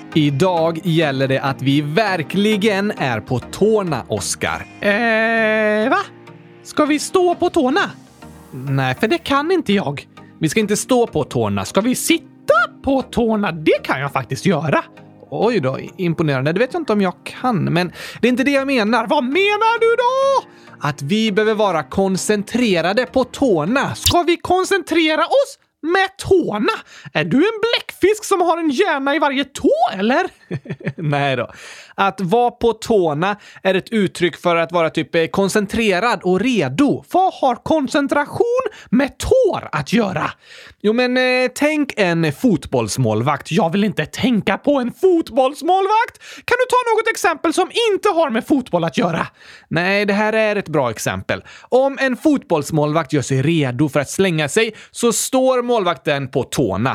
Idag gäller det att vi verkligen är på tårna, Oskar. Va? Ska vi stå på tårna? Nej, för det kan inte jag. Vi ska inte stå på tårna. Ska vi sitta på tårna? Det kan jag faktiskt göra. Oj då, imponerande. Det vet jag inte om jag kan, men det är inte det jag menar. Vad menar du då? Att vi behöver vara koncentrerade på tårna. Ska vi koncentrera oss med tårna? Är du en bläckfisk som har en hjärna i varje tå, eller? Nej då. Att vara på tårna är ett uttryck för att vara typ koncentrerad och redo. Vad har koncentration med tår att göra? Jo, men tänk en fotbollsmålvakt. Jag vill inte tänka på en fotbollsmålvakt. Kan du ta något exempel som inte har med fotboll att göra? Nej, det här är ett bra exempel. Om en fotbollsmålvakt gör sig redo för att slänga sig så står målvakten på tårna.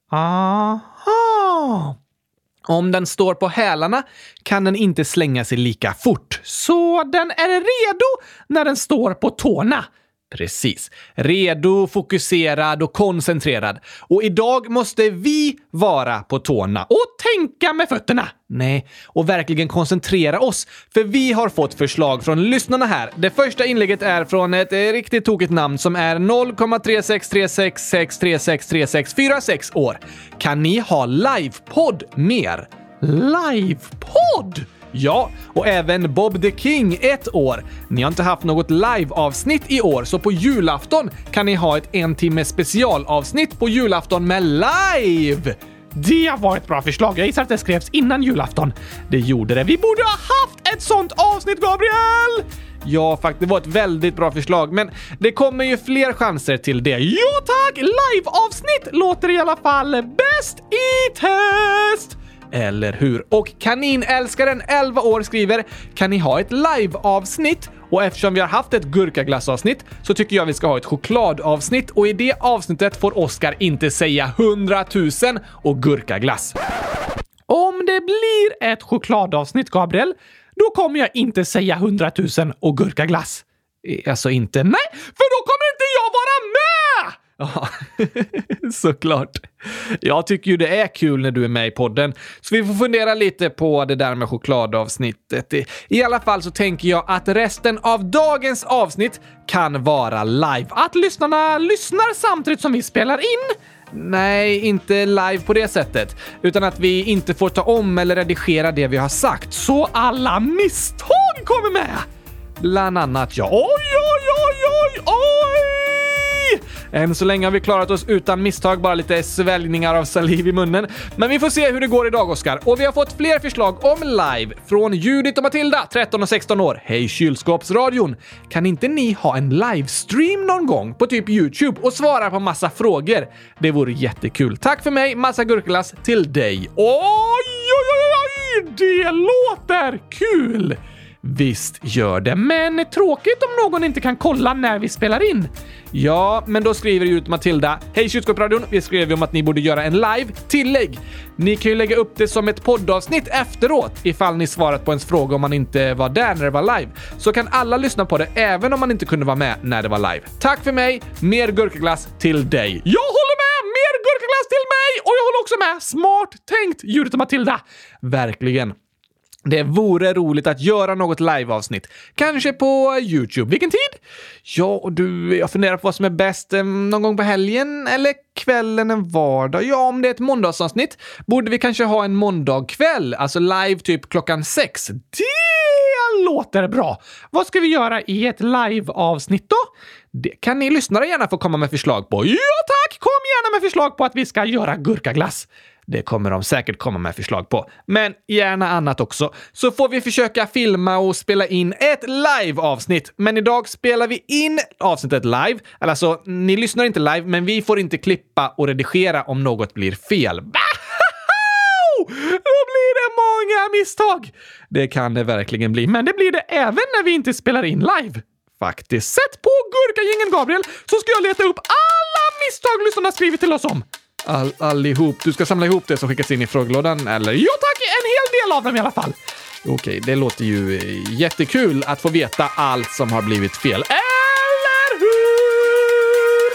Aha! Om den står på hälarna kan den inte slänga sig lika fort. Så den är redo när den står på tårna? Precis. Redo, fokuserad och koncentrerad. Och idag måste vi vara på tårna. Och tänka med fötterna. Nej, och verkligen koncentrera oss. För vi har fått förslag från lyssnarna här. Det första inlägget är från ett riktigt tokigt namn som är 0,36366363646 år. Kan ni ha livepodd mer? Livepodd? Ja, och även Bob the King 1 år. Ni har inte haft något live-avsnitt i år, så på julafton kan ni ha ett 1 timme specialavsnitt på julafton med live! Det var ett bra förslag. Jag gissar att det skrevs innan julafton. Det gjorde det. Vi borde ha haft ett sånt avsnitt, Gabriel! Ja, faktiskt. Det var ett väldigt bra förslag, men det kommer ju fler chanser till det. Jo tack! Live-avsnitt låter i alla fall bäst i test! Eller hur? Och kaninälskaren 11 år skriver: kan ni ha ett live-avsnitt? Och eftersom vi har haft ett gurkaglassavsnitt så tycker jag vi ska ha ett chokladavsnitt, och i det avsnittet får Oskar inte säga 100 000 och gurkaglass. Om det blir ett chokladavsnitt, Gabriel, då kommer jag inte säga 100 000 och gurkaglass. Alltså inte? Nej, för då kommer inte jag vara med! Ja, såklart. Jag tycker ju det är kul när du är med i podden, så vi får fundera lite på det där med chokladavsnittet. I alla fall så tänker jag att resten av dagens avsnitt kan vara live. Att lyssnarna lyssnar samtidigt som vi spelar in? Nej, inte live på det sättet, utan att vi inte får ta om eller redigera det vi har sagt. Så alla misstag kommer med? Bland annat, ja. Oj! Än så länge har vi klarat oss utan misstag, bara lite sväljningar av saliv i munnen. Men vi får se hur det går idag, Oskar. Och vi har fått fler förslag om live från Judith och Matilda, 13 och 16 år. Hej kylskåpsradion! Kan inte ni ha en livestream någon gång på typ YouTube och svara på massa frågor? Det vore jättekul. Tack för mig, massa gurkglass till dig. Oj! Det låter kul! Visst gör det. Men tråkigt om någon inte kan kolla när vi spelar in. Ja, men då skriver ut Matilda: hej kylskåpsradion, vi skrev ju om att ni borde göra en live. Tillägg: ni kan ju lägga upp det som ett poddavsnitt efteråt ifall ni svarat på ens fråga om man inte var där när det var live. Så kan alla lyssna på det även om man inte kunde vara med när det var live. Tack för mig, mer gurkaglass till dig. Jag håller med, mer gurkaglass till mig! Och jag håller också med, smart tänkt Judith och Matilda. Verkligen. Det vore roligt att göra något live-avsnitt. Kanske på YouTube. Vilken tid? Ja, och du, jag funderar på vad som är bäst. Någon gång på helgen eller kvällen en vardag. Ja, om det är ett måndagsavsnitt borde vi kanske ha en måndagkväll. Alltså live typ klockan 6. Det låter bra. Vad ska vi göra i ett live-avsnitt då? Det kan ni lyssnare gärna få komma med förslag på. Ja tack! Kom gärna med förslag på att vi ska göra gurkaglass. Det kommer de säkert komma med förslag på. Men gärna annat också. Så får vi försöka filma och spela in ett live-avsnitt. Men idag spelar vi in avsnittet live. Alltså, ni lyssnar inte live, men vi får inte klippa och redigera om något blir fel. Då blir det många misstag. Det kan det verkligen bli. Men det blir det även när vi inte spelar in live. Faktiskt. Sätt på gurkagängen, Gabriel, så ska jag leta upp alla misstag lyssnarna skrivit till oss om. Allihop. Du ska samla ihop det som skickas in i frågelådan, eller? Ja tack, en hel del av dem i alla fall. Okej, det låter ju jättekul att få veta allt som har blivit fel. Eller hur?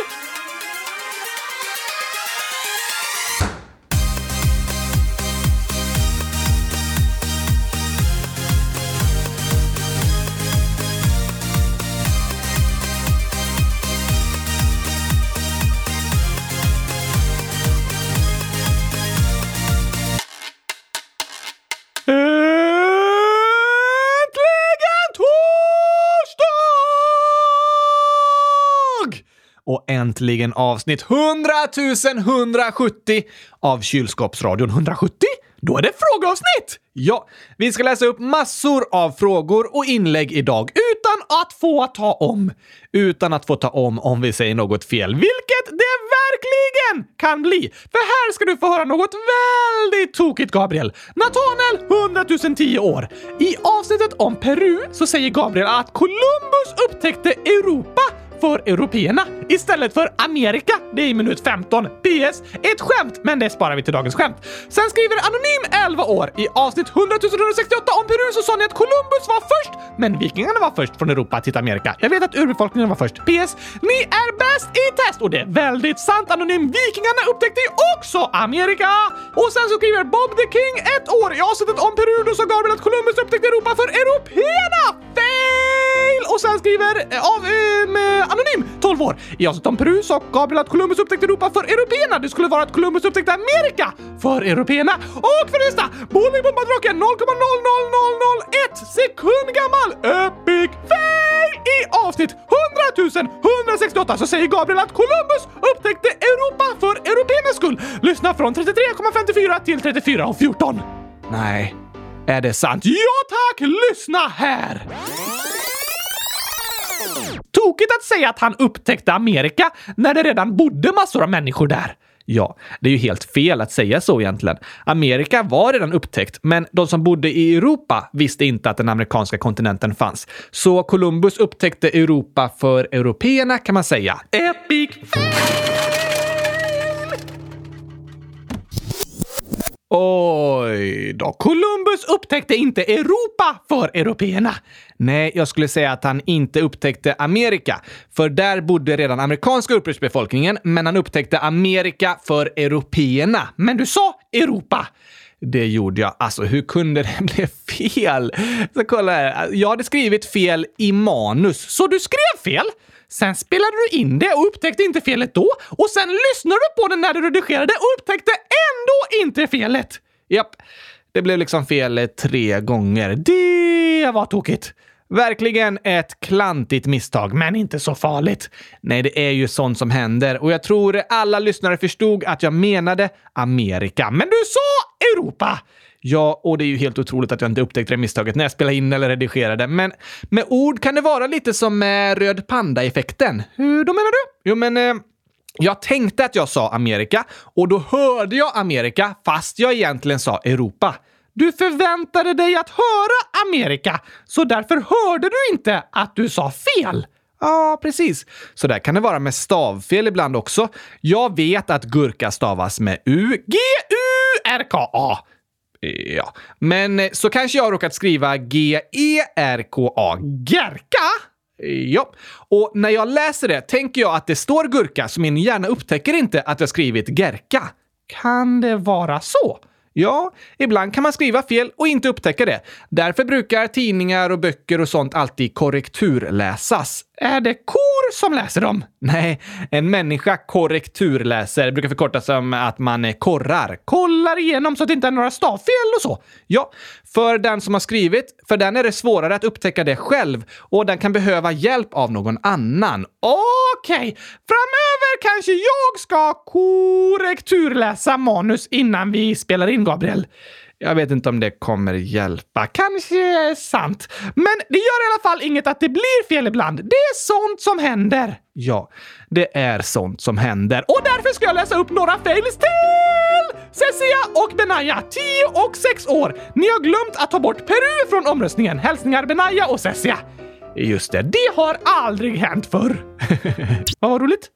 äntligen avsnitt 100 170 av Kylskåpsradion. 170? Då är det frågeavsnitt! Ja, vi ska läsa upp massor av frågor och inlägg idag Utan att få ta om. utan att få ta om vi säger något fel. Vilket det verkligen kan bli. För här ska du få höra något väldigt tokigt, Gabriel. Nathanael, 100 010 år. I avsnittet om Peru så säger Gabriel att Columbus upptäckte Europa för européerna istället för Amerika. Det är i minut 15. PS. Ett skämt, men det sparar vi till dagens skämt. Sen skriver Anonym 11 år. I avsnitt 100 168 om Peru så sa ni att Columbus var först, men vikingarna var först från Europa till Amerika. Jag vet att urbefolkningen var först. PS. Ni är bäst i test! Och det är väldigt sant, Anonym. Vikingarna upptäckte ju också Amerika! Och sen så skriver Bob the King 1 år. I avsnittet om Peru då sa Gabriel att Columbus upptäckte Europa för européerna! Fail! Och sen skriver Anonym 12 år. I avsnittet om Peru sa Gabriel att Columbus upptäckte Europa för européerna. Det skulle vara att Columbus upptäckte Amerika för européerna. Och för nästa, Bowling på madraken 0,00001 sekund gammal. Epic fail! I avsnitt 100 168 så säger Gabriel att Columbus upptäckte Europa för européernas skull. Lyssna från 33,54 till 34,14. Nej, är det sant? Ja tack, lyssna här! Tokigt att säga att han upptäckte Amerika när det redan bodde massor av människor där. Ja, det är ju helt fel att säga så egentligen. Amerika var redan upptäckt, men de som bodde i Europa visste inte att den amerikanska kontinenten fanns. Så Columbus upptäckte Europa för européerna kan man säga. Epic fail! Oj då, Columbus upptäckte inte Europa för européerna. Nej, jag skulle säga att han inte upptäckte Amerika. För där bodde redan amerikanska ursprungsbefolkningen, men han upptäckte Amerika för européerna. Men du sa Europa. Det gjorde jag. Alltså, hur kunde det bli fel? Så kolla här. Jag hade skrivit fel i manus. Så du skrev fel? Sen spelade du in det och upptäckte inte felet då. Och sen lyssnade du på det när du redigerade och upptäckte ändå inte felet. Japp, det blev liksom fel 3 gånger. Det var tokigt. Verkligen ett klantigt misstag, men inte så farligt. Nej, det är ju sånt som händer. Och jag tror alla lyssnare förstod att jag menade Amerika. Men du sa Europa! Ja, och det är ju helt otroligt att jag inte upptäckte det misstaget när jag spelade in eller redigerade. Men med ord kan det vara lite som med röd panda-effekten. Hur då menar du? Jo, men jag tänkte att jag sa Amerika och då hörde jag Amerika fast jag egentligen sa Europa. Du förväntade dig att höra Amerika, så därför hörde du inte att du sa fel. Ja, precis. Så där kan det vara med stavfel ibland också. Jag vet att gurka stavas med U. G-U-R-K-A. Ja, men så kanske jag har råkat skriva G-E-R-K-A. Gerka? Ja, och när jag läser det tänker jag att det står gurka så min hjärna upptäcker inte att jag skrivit gerka. Kan det vara så? Ja, ibland kan man skriva fel och inte upptäcka det. Därför brukar tidningar och böcker och sånt alltid korrekturläsas. Är det kor som läser dem? Nej, en människa korrekturläser brukar förkortas som att man korrar. Kollar igenom så att det inte är några stavfel och så? Ja, för den som har skrivit, för den är det svårare att upptäcka det själv och den kan behöva hjälp av någon annan. Okej, framöver kanske jag ska korrekturläsa manus innan vi spelar in, Gabriel. Jag vet inte om det kommer hjälpa. Kanske sant. Men det gör i alla fall inget att det blir fel ibland. Det är sånt som händer. Ja, det är sånt som händer. Och därför ska jag läsa upp några fails till! Cecilia och Benaya, 10 och 6 år. Ni har glömt att ta bort Peru från omröstningen. Hälsningar Benaya och Cecilia. Just det. Det har aldrig hänt förr. Vad var roligt?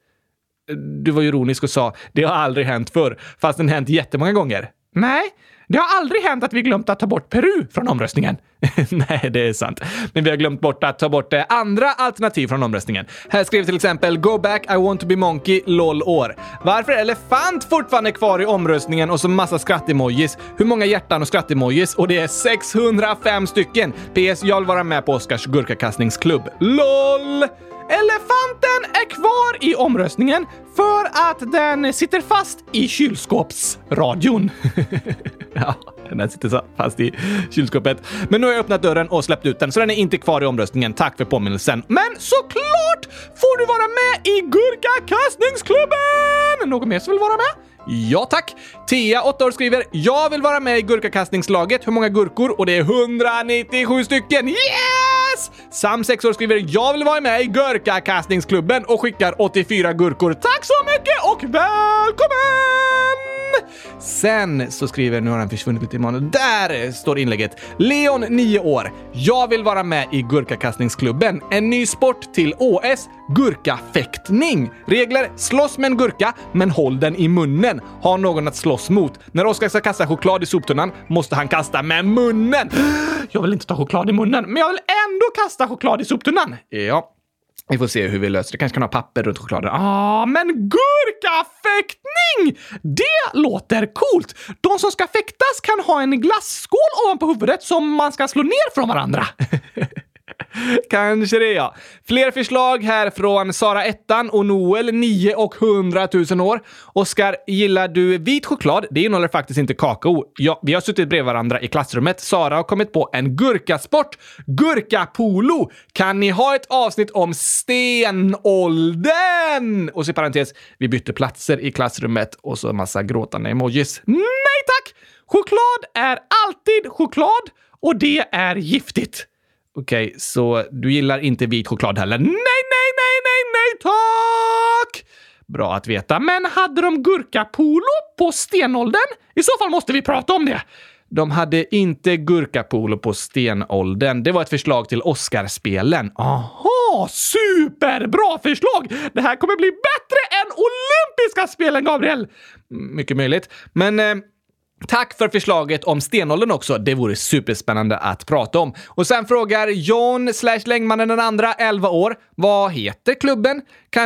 Du var ironisk och sa, det har aldrig hänt förr. Fast den hänt jättemånga gånger. Nej, det har aldrig hänt att vi glömt att ta bort Peru från omröstningen. Nej, det är sant. Men vi har glömt bort att ta bort andra alternativ från omröstningen. Här skriver till exempel Go back, I want to be monkey, lol år. Varför är elefant fortfarande kvar i omröstningen och så massa skrattemojis? Hur många hjärtan och skrattemojis? Och det är 605 stycken. PS, jag vill vara med på Oscars gurkakastningsklubb. LOL! Elefanten är kvar i omröstningen för att den sitter fast i kylskåpsradion. Ja. Den här sitter så fast i kylskåpet. Men nu har jag öppnat dörren och släppt ut den, så den är inte kvar i omröstningen. Tack för påminnelsen. Men såklart får du vara med i Gurkakastningsklubben! Någon mer som vill vara med? Ja tack! Tia, 8 år, skriver: jag vill vara med i gurkakastningslaget. Hur många gurkor? Och det är 197 stycken. Yes! Sam, 6 år, skriver: jag vill vara med i gurkakastningsklubben och skickar 84 gurkor. Tack så mycket och välkommen! Sen så skriver, nu har han försvunnit lite i mannen. Där står inlägget. Leon, 9 år. Jag vill vara med i gurkakastningsklubben. En ny sport till OS. Gurkafäktning. Regler: slåss med en gurka, men håll den i munnen. Ha någon att slåss mot. När Oskar ska kasta choklad i soptunnan måste han kasta med munnen. Jag vill inte ta choklad i munnen, men jag vill ändå kasta choklad i soptunnan. Ja. Vi får se hur vi löser det. Kanske kan ha papper runt chokladen. Men gurkafäktning! Det låter coolt. De som ska fäktas kan ha en glasskål ovanpå huvudet som man ska slå ner från varandra. Kanske det, ja. Fler förslag här från Sara 1 och Noel 9 och 100 000 år. Oskar, gillar du vit choklad? Det innehåller faktiskt inte kakao. Ja, vi har suttit bredvid varandra i klassrummet. Sara har kommit på en gurkasport. Gurkapolo. Kan ni ha ett avsnitt om stenåldern? Och så i parentes, vi bytte platser i klassrummet och så massa gråtande emojis. Nej tack! Choklad är alltid choklad och det är giftigt. Okej, så du gillar inte vit choklad heller? Nej, tack! Bra att veta. Men hade de gurkapolo på stenåldern? I så fall måste vi prata om det. De hade inte gurkapolo på stenåldern. Det var ett förslag till Oscarspelen. Aha, superbra förslag! Det här kommer bli bättre än olympiska spelen, Gabriel! Mycket möjligt. Men tack för förslaget om stenåldern också. Det vore superspännande att prata om. Och sen frågar John/Längmannen den andra, 11 år. Vad heter klubben?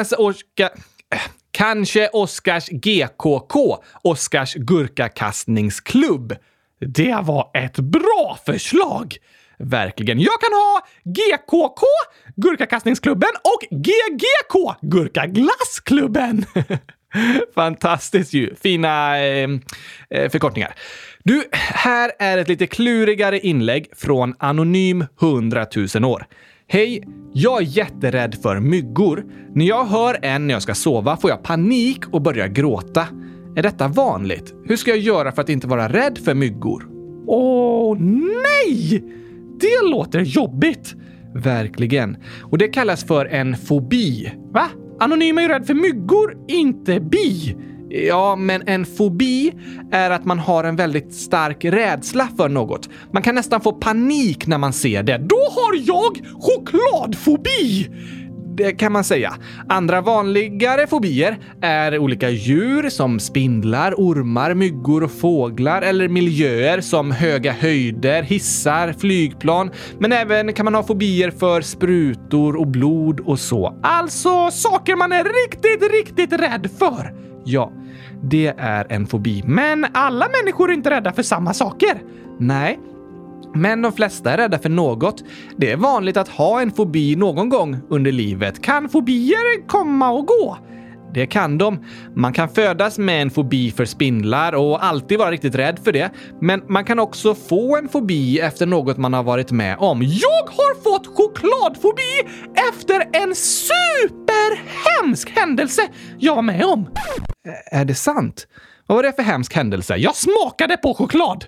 Kanske Oskars GKK. Oskars gurkakastningsklubb. Det var ett bra förslag. Verkligen. Jag kan ha GKK, Gurkakastningsklubben, och GGK, Gurkaglassklubben. Fantastiskt ju. Fina förkortningar. Du, här är ett lite klurigare inlägg från Anonym 100 000 år. Hej, jag är jätterädd för myggor. När jag hör en när jag ska sova får jag panik och börjar gråta. Är detta vanligt? Hur ska jag göra för att inte vara rädd för myggor? Åh, nej! Det låter jobbigt. Verkligen. Och det kallas för en fobi. Va? Anonym är ju rädd för myggor, inte bi. Ja, men en fobi är att man har en väldigt stark rädsla för något. Man kan nästan få panik när man ser det. Då har jag chokladfobi! Det kan man säga. Andra vanligare fobier är olika djur som spindlar, ormar, myggor och fåglar, eller miljöer som höga höjder, hissar, flygplan. Men även kan man ha fobier för sprutor och blod och så. Alltså saker man är riktigt rädd för. Ja, det är en fobi. Men alla människor är inte rädda för samma saker. Nej. Men de flesta är rädda för något. Det är vanligt att ha en fobi någon gång under livet. Kan fobier komma och gå? Det kan de. Man kan födas med en fobi för spindlar och alltid vara riktigt rädd för det. Men man kan också få en fobi efter något man har varit med om. Jag har fått chokladfobi efter en superhemsk händelse jag var med om. Är det sant? Vad var det för hemsk händelse? Jag smakade på choklad.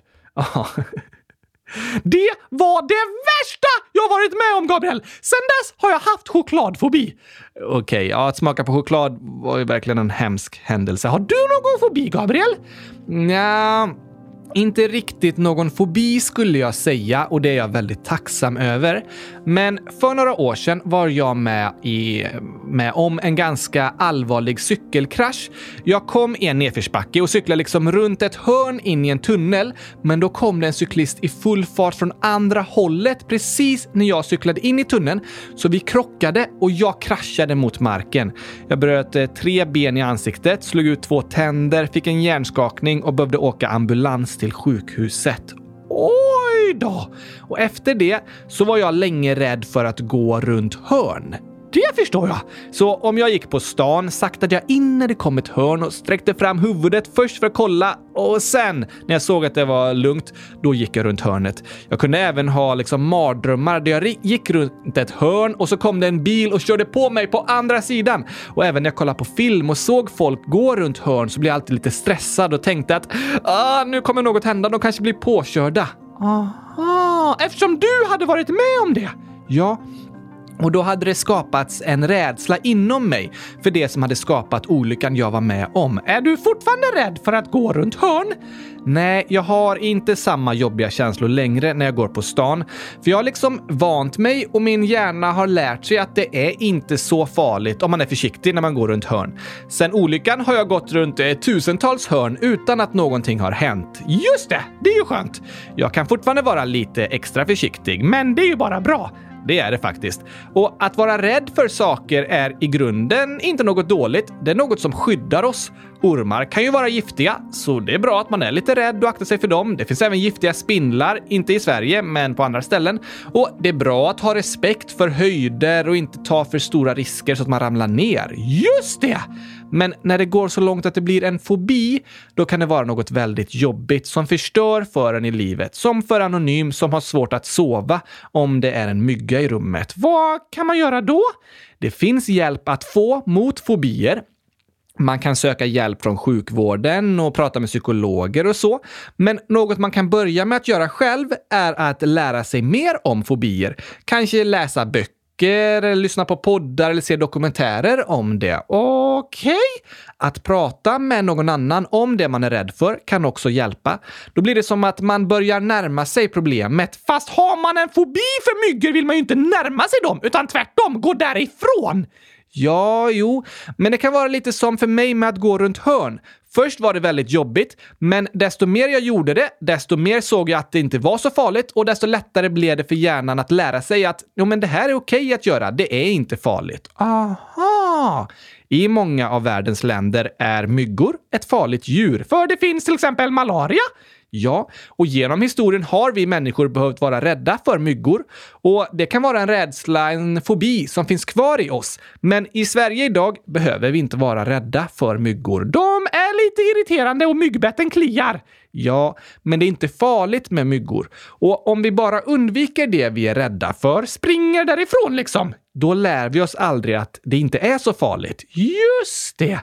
Det var det värsta jag varit med om, Gabriel. Sen dess har jag haft chokladfobi. Okej, ja, att smaka på choklad var ju verkligen en hemsk händelse. Har du någon fobi, Gabriel? Nja, inte riktigt någon fobi skulle jag säga, och det är jag väldigt tacksam över. Men för några år sedan var jag med om en ganska allvarlig cykelkrasch. Jag kom i en nedförsbacke och cyklade liksom runt ett hörn in i en tunnel, men då kom det en cyklist i full fart från andra hållet precis när jag cyklade in i tunneln, så vi krockade och jag kraschade mot marken. Jag bröt 3 ben i ansiktet, slog ut 2 tänder, fick en hjärnskakning och behövde åka ambulans till sjukhuset. Oj då! Och efter det så var jag länge rädd för att gå runt hörn. Det förstår jag. Så om jag gick på stan saktade jag in när det kom ett hörn och sträckte fram huvudet först för att kolla och sen när jag såg att det var lugnt, då gick jag runt hörnet. Jag kunde även ha mardrömmar där jag gick runt ett hörn och så kom det en bil och körde på mig på andra sidan. Och även när jag kollade på film och såg folk gå runt hörn så blev jag alltid lite stressad och tänkte att nu kommer något hända, de kanske blir påkörda. Aha, eftersom du hade varit med om det. Ja. Och då hade det skapats en rädsla inom mig för det som hade skapat olyckan jag var med om. Är du fortfarande rädd för att gå runt hörn? Nej, jag har inte samma jobbiga känslor längre när jag går på stan. För jag har vant mig och min hjärna har lärt sig att det är inte så farligt om man är försiktig när man går runt hörn. Sen olyckan har jag gått runt tusentals hörn utan att någonting har hänt. Just det är ju skönt. Jag kan fortfarande vara lite extra försiktig, men det är ju bara bra. Det är det faktiskt. Och att vara rädd för saker är i grunden inte något dåligt. Det är något som skyddar oss. Ormar kan ju vara giftiga, så det är bra att man är lite rädd och aktar sig för dem. Det finns även giftiga spindlar, inte i Sverige, men på andra ställen. Och det är bra att ha respekt för höjder och inte ta för stora risker så att man ramlar ner. Just det! Men när det går så långt att det blir en fobi, då kan det vara något väldigt jobbigt som förstör för en i livet. Som för Anonym som har svårt att sova om det är en mygga i rummet. Vad kan man göra då? Det finns hjälp att få mot fobier. Man kan söka hjälp från sjukvården och prata med psykologer och så. Men något man kan börja med att göra själv är att lära sig mer om fobier. Kanske läsa böcker, eller lyssna på poddar eller se dokumentärer om det. Okej. Att prata med någon annan om det man är rädd för kan också hjälpa. Då blir det som att man börjar närma sig problemet. Fast har man en fobi för myggor vill man ju inte närma sig dem, utan tvärtom gå därifrån. Ja, jo. Men det kan vara lite som för mig med att gå runt hörn. Först var det väldigt jobbigt, men desto mer jag gjorde det, desto mer såg jag att det inte var så farligt och desto lättare blev det för hjärnan att lära sig att men det här är okej att göra, det är inte farligt. Aha! I många av världens länder är myggor ett farligt djur. För det finns till exempel malaria. Ja, och genom historien har vi människor behövt vara rädda för myggor. Och det kan vara en rädsla, en fobi som finns kvar i oss. Men i Sverige idag behöver vi inte vara rädda för myggor. De är lite irriterande och myggbetten kliar. Ja, men det är inte farligt med myggor. Och om vi bara undviker det vi är rädda för, springer därifrån då lär vi oss aldrig att det inte är så farligt. Just det!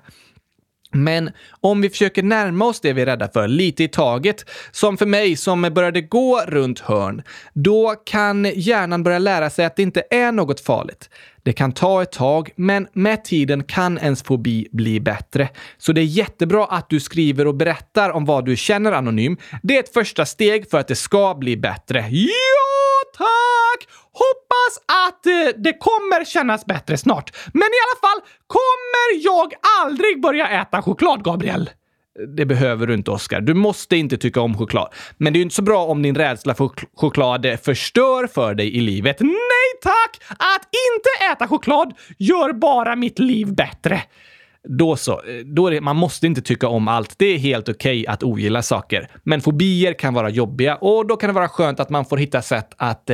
Men om vi försöker närma oss det vi är rädda för lite i taget, som för mig som började gå runt hörn, då kan hjärnan börja lära sig att det inte är något farligt. Det kan ta ett tag, men med tiden kan ens fobi bli bättre. Så det är jättebra att du skriver och berättar om vad du känner Anonym. Det är ett första steg för att det ska bli bättre. Ja, tack! Hoppas att det kommer kännas bättre snart. Men i alla fall kommer jag aldrig börja äta choklad, Gabriel. Det behöver du inte, Oscar. Du måste inte tycka om choklad. Men det är ju inte så bra om din rädsla för choklad förstör för dig i livet. Nej tack! Att inte äta choklad gör bara mitt liv bättre. Då så. Man måste inte tycka om allt. Det är helt okej att ogilla saker. Men fobier kan vara jobbiga och då kan det vara skönt att man får hitta sätt att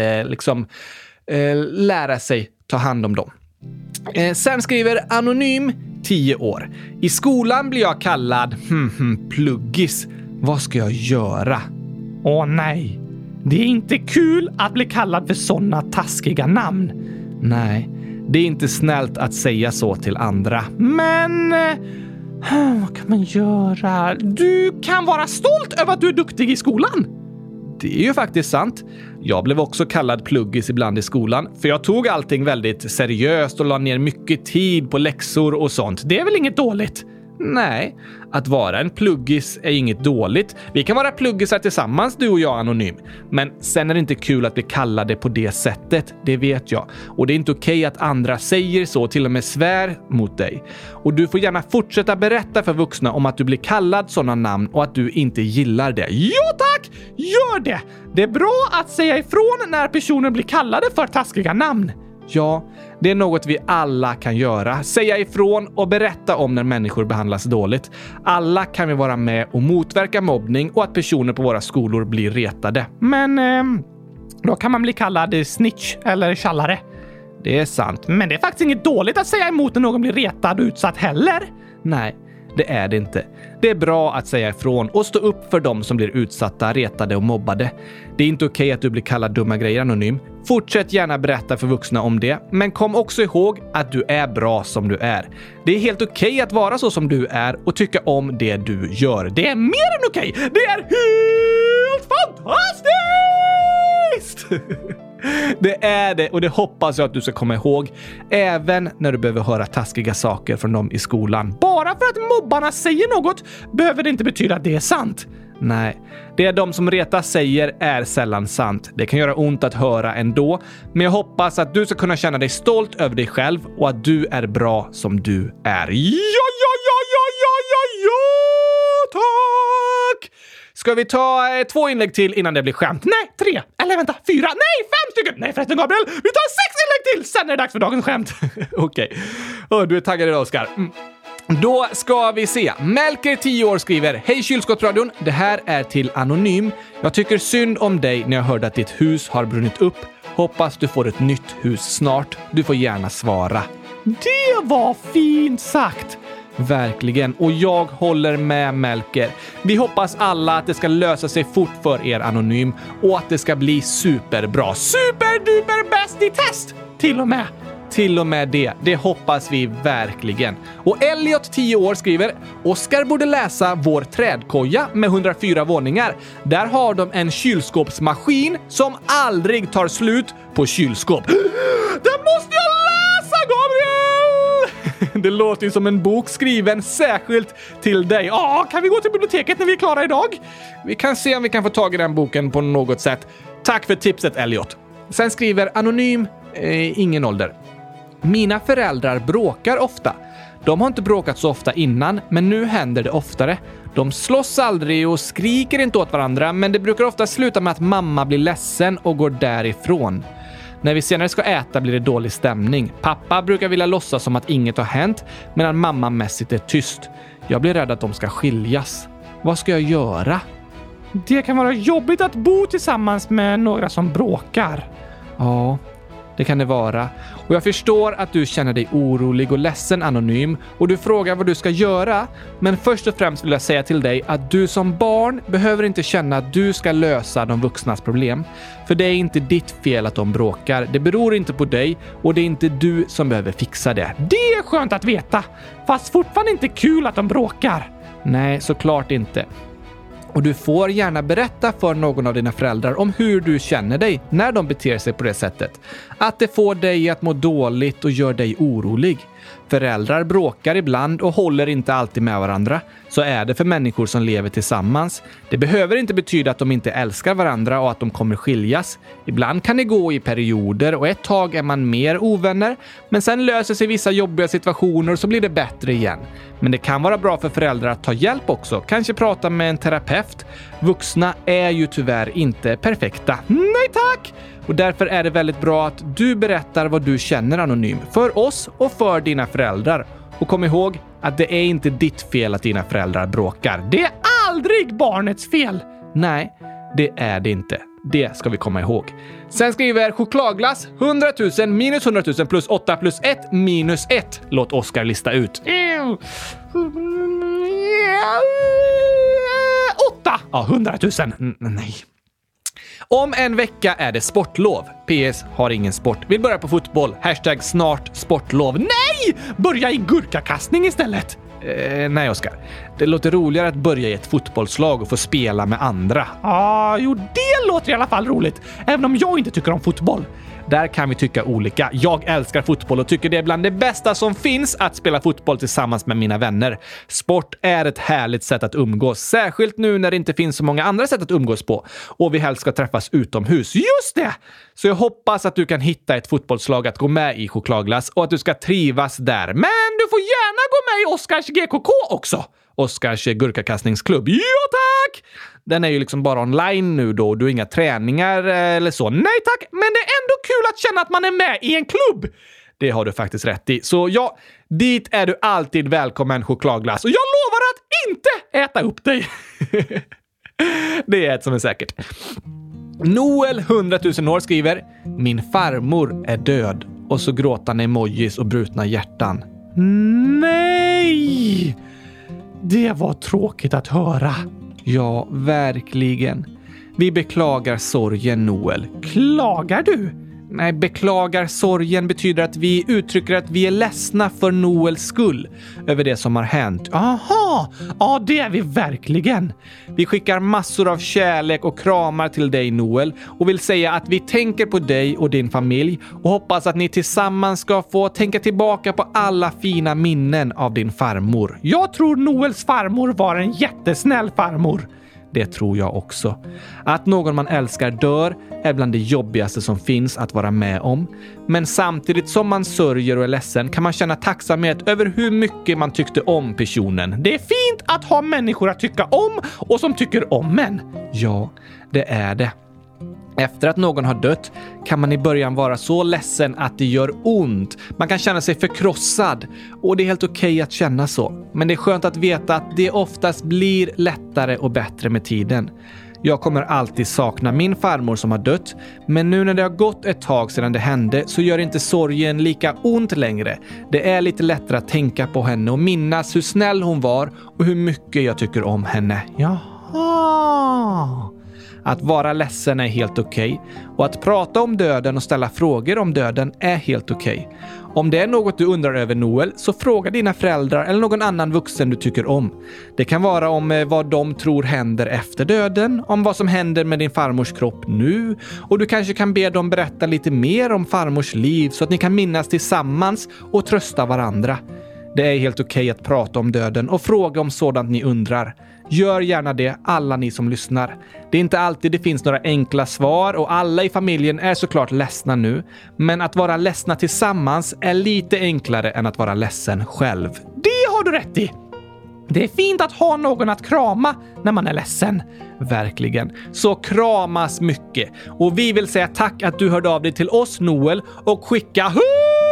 lära sig ta hand om dem. Sen skriver Anonym 10 år. I skolan blir jag kallad pluggis. Vad ska jag göra? Åh nej. Det är inte kul att bli kallad för sådana taskiga namn. Nej. Det är inte snällt att säga så till andra. Men vad kan man göra? Du kan vara stolt över att du är duktig i skolan. Det är ju faktiskt sant. Jag blev också kallad pluggis ibland i skolan. För jag tog allting väldigt seriöst och la ner mycket tid på läxor och sånt. Det är väl inget dåligt? Nej, att vara en pluggis är inget dåligt. Vi kan vara pluggisar tillsammans, du och jag Anonym. Men sen är det inte kul att bli kallade på det sättet, det vet jag. Och det är inte okej att andra säger så, till och med svär mot dig. Och du får gärna fortsätta berätta för vuxna om att du blir kallad sådana namn och att du inte gillar det. Jo tack! Gör det! Det är bra att säga ifrån när personer blir kallade för taskiga namn. Ja, det är något vi alla kan göra. Säga ifrån och berätta om när människor behandlas dåligt. Alla kan vi vara med och motverka mobbning och att personer på våra skolor blir retade. Men då kan man bli kallad snitch eller tjallare. det är sant. Men det är faktiskt inget dåligt att säga emot när någon blir retad och utsatt heller. Nej, det är det inte. Det är bra att säga ifrån och stå upp för dem som blir utsatta, retade och mobbade. Det är inte okej att du blir kallad dumma grejer anonym. Fortsätt gärna berätta för vuxna om det, men kom också ihåg att du är bra som du är. Det är helt okej att vara så som du är och tycka om det du gör. Det är mer än okej! Det är helt fantastiskt! Det är det, och det hoppas jag att du ska komma ihåg även när du behöver höra taskiga saker från dem i skolan. Bara för att mobbarna säger något behöver det inte betyda att det är sant. Nej, det de som retas säger är sällan sant. Det kan göra ont att höra ändå, men jag hoppas att du ska kunna känna dig stolt över dig själv och att du är bra som du är. Ja, tack! Ska vi ta 2 inlägg till innan det blir skämt? Nej, 3. Eller vänta, 4. Nej, 5 stycken. Nej förresten, Gabriel. Vi tar 6 inlägg till. Sen är det dags för dagens skämt. Okej. Du är taggad idag, Oskar. Då ska vi se. Melker 10 år skriver: Hej kylskåpsradion, det här är till Anonym. Jag tycker synd om dig när jag hörde att ditt hus har brunnit upp. Hoppas du får ett nytt hus snart. Du får gärna svara. Det var fint sagt. Verkligen, och jag håller med Melker. Vi hoppas alla att det ska lösa sig fort för er Anonym och att det ska bli superbra. Superduper bäst i test! Till och med det hoppas vi verkligen. Och Elliot 10 år skriver: Oskar borde läsa Vår trädkoja med 104 våningar. Där har de en kylskåpsmaskin som aldrig tar slut på kylskåp. Det måste jag läsa, Gabriel! Det låter ju som en bok skriven särskilt till dig. Ja, kan vi gå till biblioteket när vi är klara idag? Vi kan se om vi kan få tag i den boken på något sätt. Tack för tipset, Elliot. Sen skriver Anonym, ingen ålder. Mina föräldrar bråkar ofta. De har inte bråkat så ofta innan, men nu händer det oftare. De slåss aldrig och skriker inte åt varandra, men det brukar ofta sluta med att mamma blir ledsen och går därifrån. När vi senare ska äta blir det dålig stämning. Pappa brukar vilja låtsas som att inget har hänt, medan mamma mest sitter tyst. Jag blir rädd att de ska skiljas. Vad ska jag göra? Det kan vara jobbigt att bo tillsammans med några som bråkar. Ja, det kan det vara. Och jag förstår att du känner dig orolig och ledsen, Anonym, och du frågar vad du ska göra. Men först och främst vill jag säga till dig att du som barn behöver inte känna att du ska lösa de vuxnas problem. För det är inte ditt fel att de bråkar. Det beror inte på dig och det är inte du som behöver fixa det. Det är skönt att veta, fast fortfarande inte kul att de bråkar. Nej, såklart inte. Och du får gärna berätta för någon av dina föräldrar om hur du känner dig när de beter sig på det sättet. Att det får dig att må dåligt och gör dig orolig. Föräldrar bråkar ibland och håller inte alltid med varandra. Så är det för människor som lever tillsammans. Det behöver inte betyda att de inte älskar varandra och att de kommer skiljas. Ibland kan det gå i perioder och ett tag är man mer ovänner. Men sen löser sig vissa jobbiga situationer och så blir det bättre igen. Men det kan vara bra för föräldrar att ta hjälp också. Kanske prata med en terapeut. Vuxna är ju tyvärr inte perfekta. Nej tack! Och därför är det väldigt bra att du berättar vad du känner, Anonym. För oss och för dina föräldrar. Och kom ihåg att det är inte ditt fel att dina föräldrar bråkar. Det är aldrig barnets fel. Nej, det är det inte. Det ska vi komma ihåg. Sen skriver chokladglass 100 000 minus 100 000 plus 8 plus 1 minus 1. Låt Oskar lista ut. 8. Ja, 100 000. Nej. Om en vecka är det sportlov. PS har ingen sport. Vill börja på fotboll. # snart sportlov. Nej! Börja i gurkakastning istället. Nej, Oskar. Det låter roligare att börja i ett fotbollslag och få spela med andra. Jo, det låter i alla fall roligt. Även om jag inte tycker om fotboll. Där kan vi tycka olika. Jag älskar fotboll och tycker det är bland det bästa som finns att spela fotboll tillsammans med mina vänner. Sport är ett härligt sätt att umgås, särskilt nu när det inte finns så många andra sätt att umgås på och vi helst ska träffas utomhus. Just det! Så jag hoppas att du kan hitta ett fotbollslag att gå med i chokladglass och att du ska trivas där. Men du får gärna gå med i Oskars GKK också. Oskars gurkakastningsklubb. Ja, tack! Den är ju liksom bara online nu då. Du har inga träningar eller så. Nej tack, men det är ändå kul att känna att man är med i en klubb. Det har du faktiskt rätt i. Så ja, dit är du alltid välkommen, chokladglass. Och jag lovar att inte äta upp dig. Det är ett som är säkert. Noel 100 000 år skriver: Min farmor är död. Och så gråtande emojis och brutna hjärtan. Nej! Det var tråkigt att höra. Ja, verkligen. Vi beklagar sorgen, Noel. Klagar du? Nej, beklagar sorgen betyder att vi uttrycker att vi är ledsna för Noels skull över det som har hänt. Aha! Ja, det är vi verkligen. Vi skickar massor av kärlek och kramar till dig, Noel, och vill säga att vi tänker på dig och din familj och hoppas att ni tillsammans ska få tänka tillbaka på alla fina minnen av din farmor. Jag tror Noels farmor var en jättesnäll farmor. Det tror jag också. Att någon man älskar dör är bland det jobbigaste som finns att vara med om. Men samtidigt som man sörjer och är ledsen kan man känna tacksamhet över hur mycket man tyckte om personen. Det är fint att ha människor att tycka om och som tycker om en. Ja, det är det. Efter att någon har dött kan man i början vara så ledsen att det gör ont. Man kan känna sig förkrossad och det är helt okej att känna så. Men det är skönt att veta att det oftast blir lättare och bättre med tiden. Jag kommer alltid sakna min farmor som har dött, men nu när det har gått ett tag sedan det hände så gör inte sorgen lika ont längre. Det är lite lättare att tänka på henne och minnas hur snäll hon var och hur mycket jag tycker om henne. Jaha! Att vara ledsen är helt okej. Och att prata om döden och ställa frågor om döden är helt okej. Om det är något du undrar över, Noel, så fråga dina föräldrar eller någon annan vuxen du tycker om. Det kan vara om vad de tror händer efter döden, om vad som händer med din farmors kropp nu, och du kanske kan be dem berätta lite mer om farmors liv så att ni kan minnas tillsammans och trösta varandra. Det är helt okej att prata om döden och fråga om sådant ni undrar. Gör gärna det, alla ni som lyssnar. Det är inte alltid det finns några enkla svar och alla i familjen är såklart ledsna nu. Men att vara ledsna tillsammans är lite enklare än att vara ledsen själv. Det har du rätt i! Det är fint att ha någon att krama när man är ledsen. Verkligen. Så kramas mycket. Och vi vill säga tack att du hörde av dig till oss, Noel, och skicka 100 000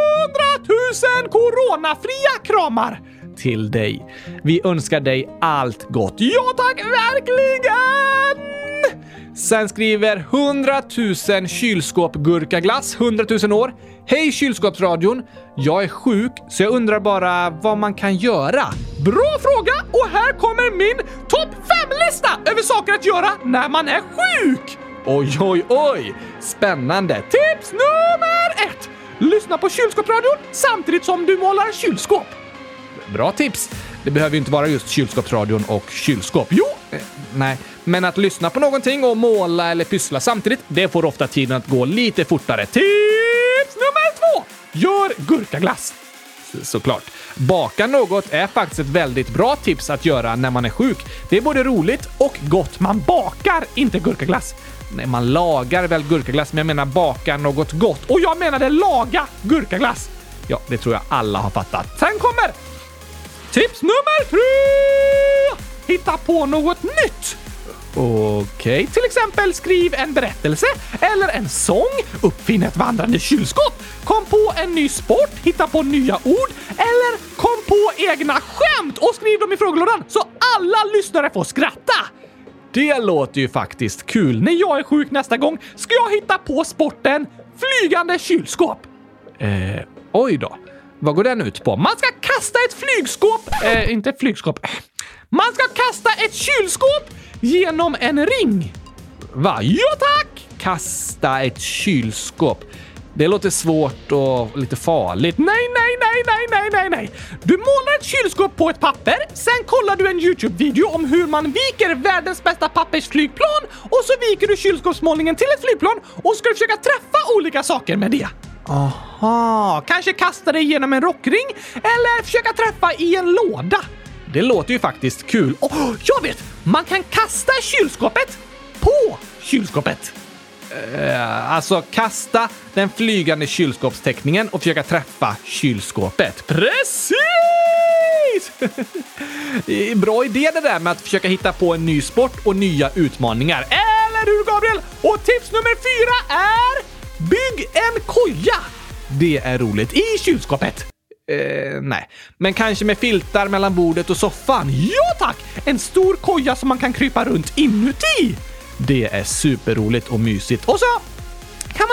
coronafria kramar till dig. Vi önskar dig allt gott. Ja tack, verkligen! Sen skriver 100 000 kylskåp gurkaglass 100 000 år. Hej kylskåpsradion, jag är sjuk så jag undrar bara vad man kan göra. Bra fråga, och här kommer min topp 5-lista över saker att göra när man är sjuk. Oj, oj, oj, spännande. Tips nummer 1. Lyssna på kylskåpsradion samtidigt som du målar kylskåp. Bra tips. Det behöver ju inte vara just kylskåpsradion och kylskåp. Jo, nej. Men att lyssna på någonting och måla eller pyssla samtidigt, det får ofta tiden att gå lite fortare. Tips nummer 2. Gör gurkaglass. Såklart. Baka något är faktiskt ett väldigt bra tips att göra när man är sjuk. Det är både roligt och gott. Man bakar inte gurkaglass. Nej, man lagar väl gurkaglass, men jag menar baka något gott. Och jag menade laga gurkaglass. Ja, det tror jag alla har fattat. Sen kommer tips nummer 3. Hitta på något nytt. Okej. Till exempel skriv en berättelse eller en sång, uppfinn ett vandrande kylskåp, kom på en ny sport, hitta på nya ord eller kom på egna skämt och skriv dem i frågelådan så alla lyssnare får skratta. Det låter ju faktiskt kul. När jag är sjuk nästa gång ska jag hitta på sporten flygande kylskåp. Oj då. Vad går den ut på? Man ska kasta ett flygskåp. Inte flygskåp. Man ska kasta ett kylskåp genom en ring. Va? Ja tack! Kasta ett kylskåp. Det låter svårt och lite farligt. Nej. Du målar ett kylskåp på ett papper, sen kollar du en YouTube-video om hur man viker världens bästa pappersflygplan och så viker du kylskåpsmålningen till ett flygplan och ska försöka träffa olika saker med det. Aha, kanske kasta det genom en rockring eller försöka träffa i en låda. Det låter ju faktiskt kul. Jag vet! Man kan kasta kylskåpet på kylskåpet. Alltså kasta den flygande kylskåpsteckningen och försöka träffa kylskåpet. Precis! Bra idé det där med att försöka hitta på en ny sport och nya utmaningar. Eller hur, Gabriel? Och tips nummer 4 är bygg en koja. Det är roligt. I kylskåpet. Nej. Men kanske med filtar mellan bordet och soffan. Ja tack! En stor koja som man kan krypa runt inuti. Det är superroligt och mysigt. Och så kan man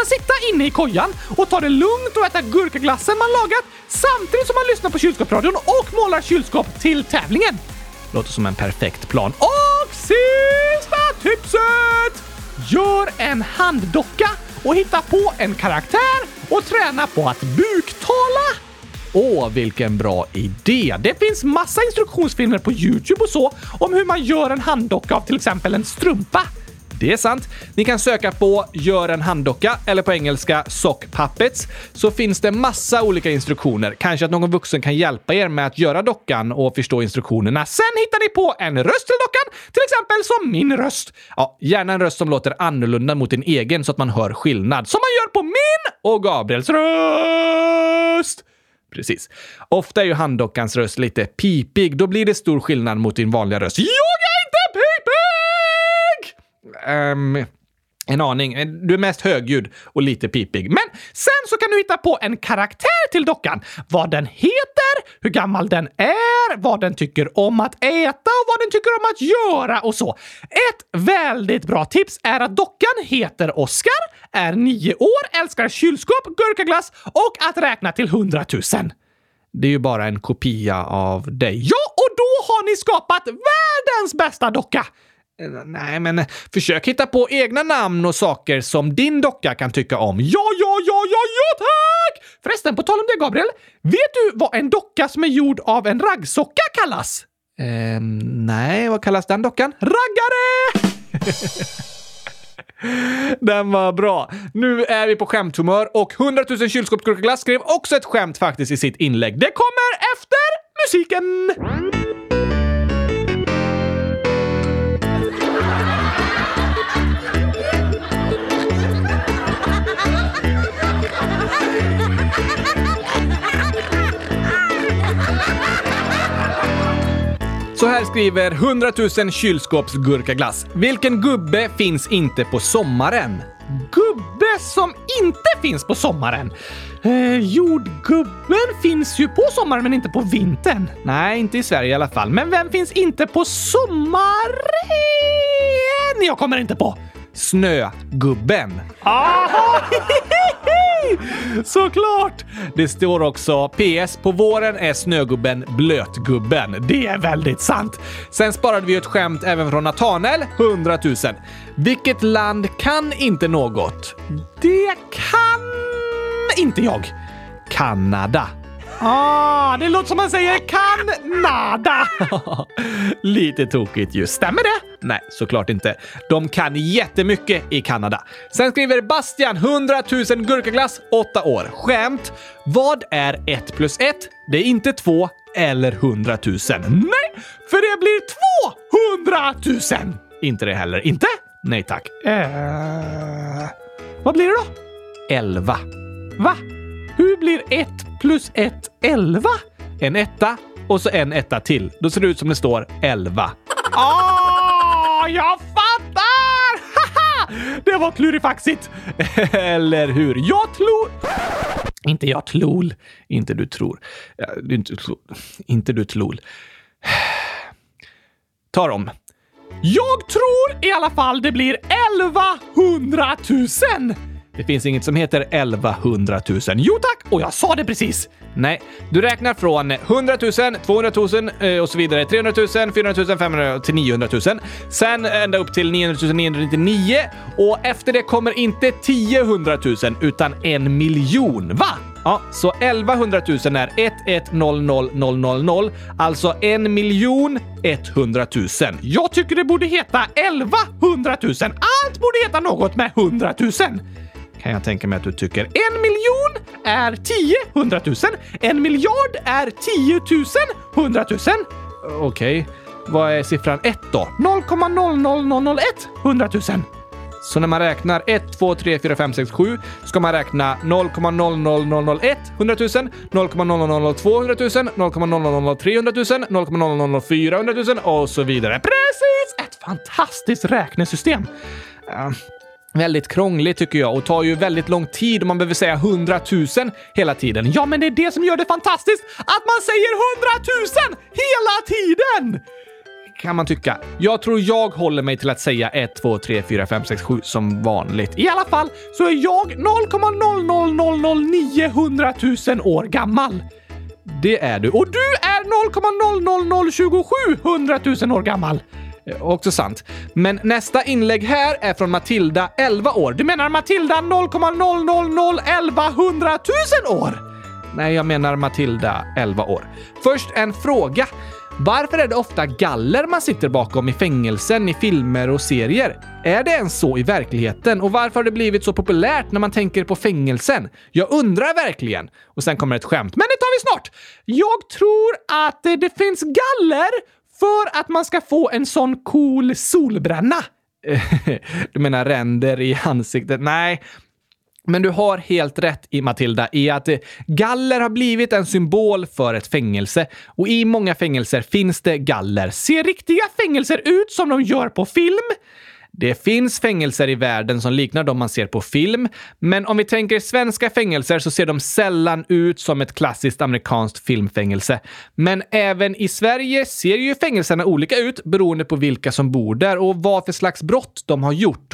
man sitta inne i kojan och ta det lugnt och äta gurkaglassen man lagat samtidigt som man lyssnar på kylskåpsradion och målar kylskåp till tävlingen. Låter som en perfekt plan. Och sista tipset! Gör en handdocka och hitta på en karaktär och träna på att buktala. Åh, vilken bra idé! Det finns massa instruktionsfilmer på YouTube och så om hur man gör en handdocka av till exempel en strumpa. Det är sant. Ni kan söka på Gör en handdocka eller på engelska Sock Puppets, så finns det massa olika instruktioner. Kanske att någon vuxen kan hjälpa er med att göra dockan och förstå instruktionerna. Sen hittar ni på en röst till dockan, till exempel som min röst. Ja, gärna en röst som låter annorlunda mot din egen så att man hör skillnad. Som man gör på min och Gabriels röst! Precis. Ofta är ju handdockans röst lite pipig. Då blir det stor skillnad mot din vanliga röst. Jag är inte pipig! En aning. Du är mest högljudd och lite pipig. Men sen så kan du hitta på en karaktär till dockan. Vad den heter, hur gammal den är, vad den tycker om att äta och vad den tycker om att göra och så. Ett väldigt bra tips är att dockan heter Oscar, är 9 år, älskar kylskåp, gurkaglass och att räkna till 100 000. Det är ju bara en kopia av dig. Ja, och då har ni skapat världens bästa docka. Nej, men försök hitta på egna namn och saker som din docka kan tycka om. Ja, tack! Förresten, på tal om det, Gabriel. Vet du vad en docka som är gjord av en raggsocka kallas? Nej, vad kallas den dockan? Raggare! Den var bra. Nu är vi på skämthumör och 100 000 kylskåpsgurkaglass skrev också ett skämt faktiskt i sitt inlägg. Det kommer efter musiken! Så här skriver 100 000 kylskåpsgurkaglass. Vilken gubbe finns inte på sommaren? Gubbe som inte finns på sommaren? Jordgubben finns ju på sommaren men inte på vintern. Nej, inte i Sverige i alla fall. Men vem finns inte på sommaren? Jag kommer inte på. Snögubben. Aha! Såklart! Det står också PS, på våren är snögubben blötgubben. Det är väldigt sant. Sen sparade vi ett skämt även från Nathanael, 100 000. Vilket land kan inte något? Det kan inte jag. Kanada. Det låter som man säger Kanada. Lite tokigt just. Stämmer det? Nej, såklart inte. De kan jättemycket i Kanada. Sen skriver Bastian 100 000 gurkaglass, 8 år. Skämt. Vad är 1 + 1? Det är inte 2 eller 100 000. Nej, för det blir 200 000. Inte det heller. Inte? Nej tack. Vad blir det då? 11. Va? Hur blir 1 + 1 11? En etta och så en etta till. Då ser det ut som det står 11. Jag fattar! Det var klurifaxigt. Eller hur? Jag tror... Inte jag tlol. Inte du tror. Inte du tlol. Ta dem. Jag tror i alla fall det blir 1100 000. Det finns inget som heter 1100 000. Jo tack, och jag sa det precis. Nej, du räknar från 100 000, 200 000 och så vidare. 300 000, 400 000, 500 till 900 000. Sen ända upp till 900 999. Och efter det kommer inte 10 100 000 utan 1 miljon. Va? Ja, så 1100 000 är 1100000. Alltså 1 100 000. Jag tycker det borde heta 1100 000. Allt borde heta något med 100 000. Kan jag tänka mig att du tycker. 1 miljon är 10 100 000. 1 miljard är 10 000 100 000. Okej. Vad är siffran 1 då? 0,00001 100 000. Så när man räknar 1, 2, 3, 4, 5, 6, 7 ska man räkna 0,00001 100 000, 0,00002 100 000, 0,00003 100 000, 0,004 100 000 och så vidare. Precis! Ett fantastiskt räknesystem. Väldigt krångligt tycker jag och tar ju väldigt lång tid om man behöver säga 100 000 hela tiden. Ja, men det är det som gör det fantastiskt att man säger 100 000 hela tiden! kan man tycka. Jag tror jag håller mig till att säga 1, 2, 3, 4, 5, 6, 7 som vanligt. I alla fall så är jag 0,0000900 000 år gammal. Det är du. Och du är 0,0002700 000 år gammal. Också sant. Men nästa inlägg här är från Matilda, 11 år. Du menar Matilda 0,0001100 000 år? Nej, jag menar Matilda, 11 år. Först en fråga. Varför är det ofta galler man sitter bakom i fängelsen, i filmer och serier? Är det ens så i verkligheten? Och varför har det blivit så populärt när man tänker på fängelsen? Jag undrar verkligen. Och sen kommer ett skämt. Men det tar vi snart! Jag tror att det finns galler för att man ska få en sån cool solbränna. Du menar ränder i ansiktet? Nej. Men du har helt rätt i Matilda i att galler har blivit en symbol för ett fängelse. Och i många fängelser finns det galler. Ser riktiga fängelser ut som de gör på film? Det finns fängelser i världen som liknar de man ser på film. Men om vi tänker svenska fängelser så ser de sällan ut som ett klassiskt amerikanskt filmfängelse. Men även i Sverige ser ju fängelserna olika ut beroende på vilka som bor där och vad för slags brott de har gjort.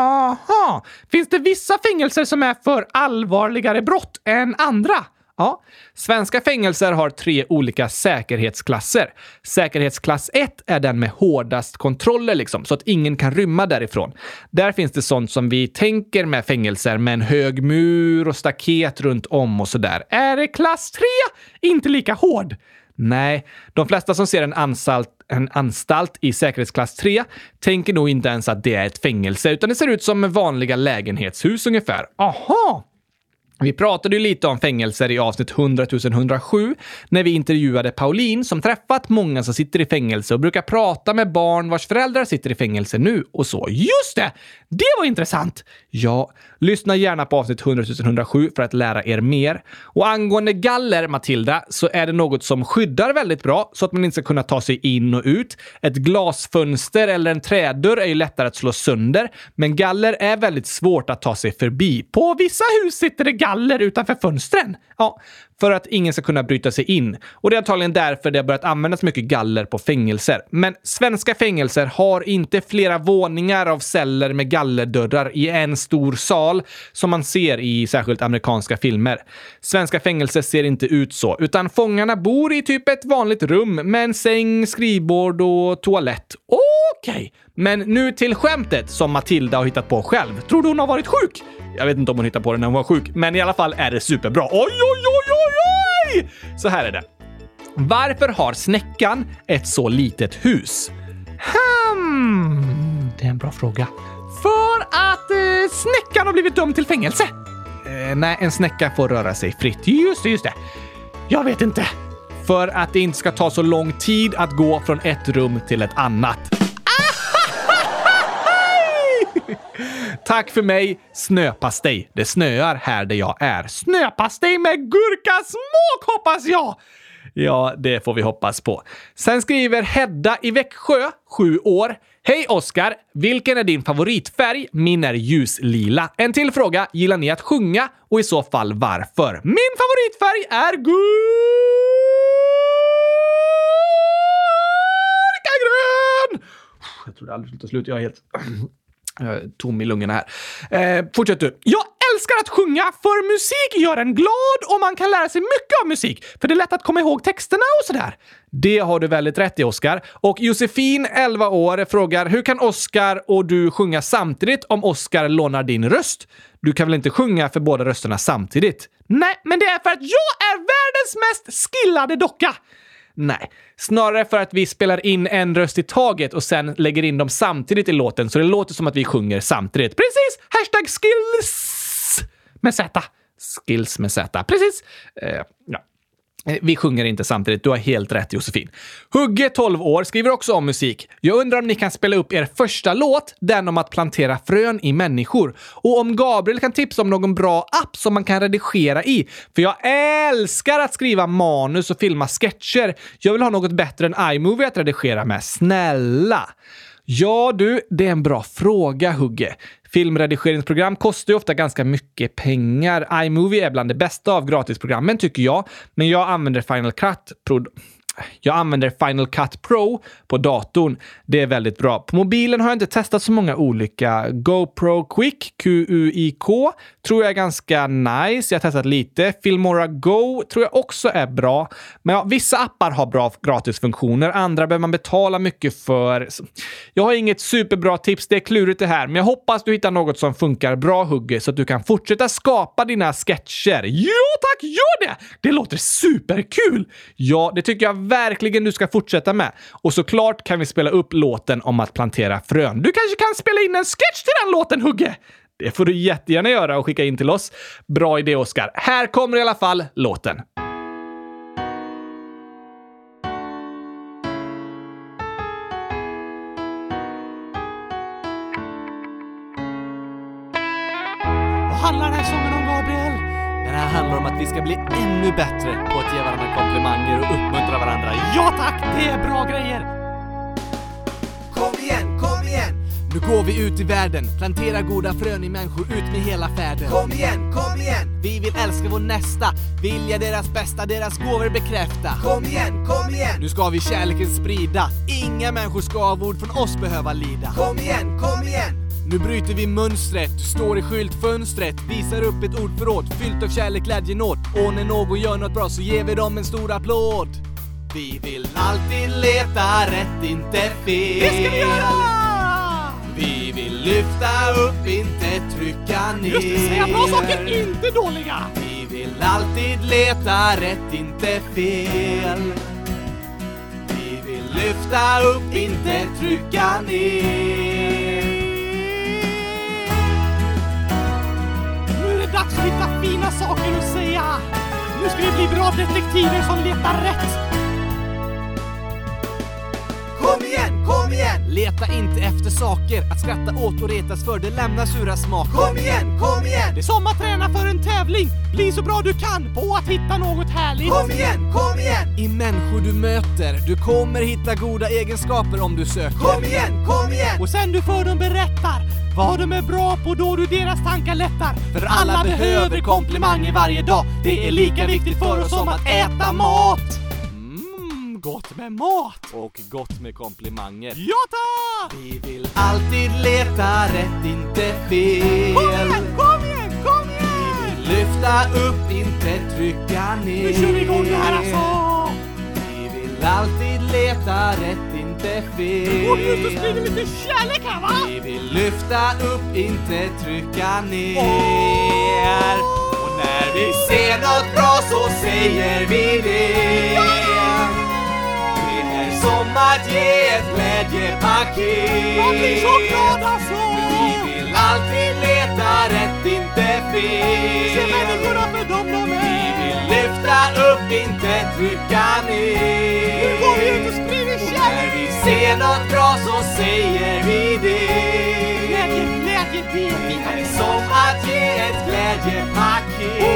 Aha! Finns det vissa fängelser som är för allvarligare brott än andra? Ja, svenska fängelser har 3 olika säkerhetsklasser. Säkerhetsklass 1 är den med hårdast kontroller liksom, så att ingen kan rymma därifrån. Där finns det sånt som vi tänker med fängelser med en hög mur och staket runt om och sådär. Är det klass 3 inte lika hård? Nej, de flesta som ser en anstalt i säkerhetsklass 3 tänker nog inte ens att det är ett fängelse utan det ser ut som vanliga lägenhetshus ungefär. Aha! Vi pratade ju lite om fängelser i avsnitt 100 107 när vi intervjuade Pauline som träffat många som sitter i fängelse och brukar prata med barn vars föräldrar sitter i fängelse nu och så. Just det! Det var intressant! Ja, lyssna gärna på avsnitt 100 107 för att lära er mer. Och angående galler, Matilda, så är det något som skyddar väldigt bra så att man inte ska kunna ta sig in och ut. Ett glasfönster eller en trädörr är ju lättare att slå sönder, men galler är väldigt svårt att ta sig förbi. På vissa hus sitter det galler utanför fönstren. Ja, för att ingen ska kunna bryta sig in. Och det är antagligen därför det har börjat användas mycket galler på fängelser. Men svenska fängelser har inte flera våningar av celler med gallerdörrar i en stor sal som man ser i särskilt amerikanska filmer. Svenska fängelser ser inte ut så, utan fångarna bor i typ ett vanligt rum med en säng, skrivbord och toalett. Okej. Men nu till skämtet som Matilda har hittat på själv. Tror du hon har varit sjuk? Jag vet inte om hon hittade på det när hon var sjuk, men i alla fall är det superbra. Oj, oj, oj, oj, oj! Så här är det. Varför har snäckan ett så litet hus? Det är en bra fråga. För att snäckan har blivit dömd till fängelse. Nej, en snäcka får röra sig fritt. Just det. Jag vet inte. För att det inte ska ta så lång tid att gå från ett rum till ett annat. Tack för mig, snöpastej. Det snöar här där jag är. Snöpastej med gurkasmak hoppas jag! Ja, det får vi hoppas på. Sen skriver Hedda i Växjö, 7 år. Hej Oskar, vilken är din favoritfärg? Min är ljuslila. En till fråga, gillar ni att sjunga? Och i så fall varför? Min favoritfärg är gurkagrön! Jag tror det aldrig slutar slut. Jag är helt tom i lungorna här. Fortsätt du. Jag älskar att sjunga för musik gör en glad och man kan lära sig mycket av musik. För det är lätt att komma ihåg texterna och sådär. Det har du väldigt rätt i, Oskar. Och Josefin, 11 år, frågar hur kan Oskar och du sjunga samtidigt om Oskar lånar din röst? Du kan väl inte sjunga för båda rösterna samtidigt? Nej, men det är för att jag är världens mest skillade docka. Nej, snarare för att vi spelar in en röst i taget och sen lägger in dem samtidigt i låten så det låter som att vi sjunger samtidigt. Precis! #skills med Z. Skills med Z. Precis. Ja. Vi sjunger inte samtidigt. Du har helt rätt, Josefin. Hugge, 12 år, skriver också om musik. Jag undrar om ni kan spela upp er första låt, den om att plantera frön i människor. Och om Gabriel kan tipsa om någon bra app som man kan redigera i. För jag älskar att skriva manus och filma sketcher. Jag vill ha något bättre än iMovie att redigera med. Snälla! Ja du, det är en bra fråga, Hugge. Filmredigeringsprogram kostar ju ofta ganska mycket pengar. iMovie är bland det bästa av gratisprogrammen tycker jag. Men jag använder Final Cut Jag använder Final Cut Pro på datorn. Det är väldigt bra. På mobilen har jag inte testat så många olika. GoPro Quick, QUIK, tror jag är ganska nice. Jag har testat lite. Filmora Go tror jag också är bra. Men ja, vissa appar har bra gratisfunktioner. Andra behöver man betala mycket för. Jag har inget superbra tips. Det är klurigt det här. Men jag hoppas du hittar något som funkar bra, Hugge, så att du kan fortsätta skapa dina sketcher. Jo tack, gör det! Det låter superkul! Ja, det tycker jag verkligen du ska fortsätta med. Och såklart kan vi spela upp låten om att plantera frön. Du kanske kan spela in en sketch till den låten, Hugge? Det får du jättegärna göra och skicka in till oss. Bra idé, Oskar. Här kommer i alla fall låten. Vad handlar den här sången om, Gabriel? Den här handlar om att vi ska bli ännu bättre på att ge varandra komplimanger och uppmuntra varandra. Ja tack, det är bra grejer! Kom igen, kom igen! Nu går vi ut i världen, plantera goda frön i människor ut med hela färden. Kom igen, kom igen! Vi vill älska vår nästa, vilja deras bästa, deras gåvor bekräfta. Kom igen, kom igen! Nu ska vi kärleken sprida, inga människor ska av ord från oss behöva lida. Kom igen, kom igen! Nu bryter vi mönstret, står i skyltfönstret, visar upp ett ordförråd fyllt av kärlek, glädje, nåd. Och när någon gör något bra så ger vi dem en stor applåd. Vi vill alltid leta rätt, inte fel. Det ska vi göra! Vi vill lyfta upp, inte trycka ner. Just det, säga bra saker, inte dåliga. Vi vill alltid leta rätt, inte fel. Vi vill lyfta upp, inte trycka ner. Dags att hitta fina saker att säga. Nu ska vi bli bra detektiver som letar rätt. Kom igen, kom igen! Leta inte efter saker att skratta åt och retas för, det lämnar sura smaker. Kom igen, kom igen! Det är som att träna för en tävling. Bli så bra du kan på att hitta något härligt. Kom igen, kom igen! I människor du möter, du kommer hitta goda egenskaper om du söker. Kom igen, kom igen! Och sen du för dem berättar vad de är bra på, då du deras tankar lättar. För alla behöver komplimanger varje dag. Det är lika viktigt för oss som att äta mat. Gott med mat. Och gott med komplimanger. Ja tack! Vi vill alltid leta rätt, inte fel. Kom igen, kom igen, kom igen! Vi vill lyfta upp, inte trycka ner. Nu kör vi igång det här alltså! Vi vill alltid leta rätt, inte fel. Och ut och sprider lite kärlek här, va? Vi vill lyfta upp, inte trycka ner. Och när vi ser något bra så säger vi det. Det är som att ge ett glädjepaket. Jag blir så glad alltså! Vi vill alltid leta rätt, inte fel. Se människorna för dem de är. Vi vill lyfta upp, inte trycka ner. Nu går vi ut och sprider kärlek. När vi ser något bra så säger vi det. Glädje, Det är som att ge ett glädjepaket.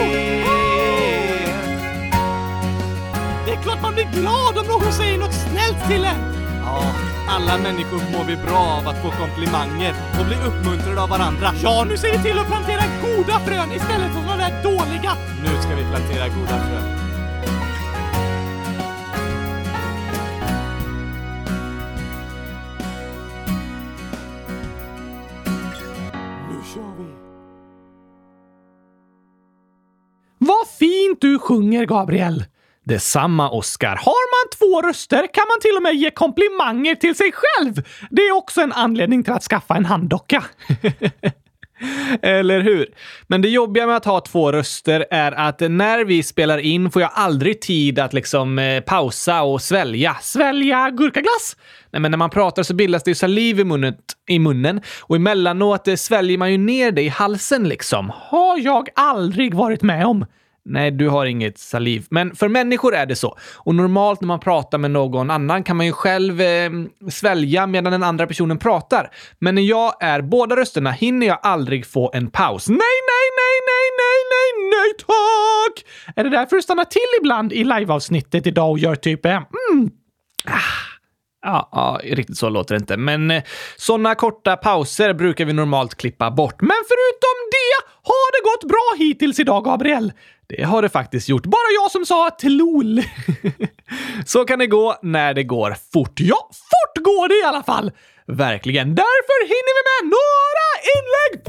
Det är klart man blir glad om någon säger något snällt till en. Ja, alla människor mår vi bra av att få komplimanger och bli uppmuntrade av varandra. Ja, nu ser vi till att plantera goda frön istället för sådana där dåliga. Nu ska vi plantera goda frön. Nu kör vi. Vad fint du sjunger, Gabriel. Detsamma, Oskar. Har man två röster kan man till och med ge komplimanger till sig själv. Det är också en anledning till att skaffa en handdocka. Eller hur? Men det jobbiga med att ha två röster är att när vi spelar in får jag aldrig tid att pausa och svälja. Svälja gurkaglass? Nej, men när man pratar så bildas det ju saliv i munnen och emellanåt sväljer man ju ner det i halsen liksom. Har jag aldrig varit med om. Nej, du har inget saliv. Men för människor är det så. Och normalt när man pratar med någon annan kan man ju själv svälja medan den andra personen pratar. Men när jag är båda rösterna hinner jag aldrig få en paus. Nej, tack! Är det därför du stannar till ibland i liveavsnittet idag och gör typ... Ja, riktigt så låter det inte. Men sådana korta pauser brukar vi normalt klippa bort. Men förutom det har det gått bra hittills idag, Gabriel. Det har det faktiskt gjort. Bara jag som sa TLOL. Så kan det gå när det går fort. Ja, fort går det i alla fall. Verkligen. Därför hinner vi med några inlägg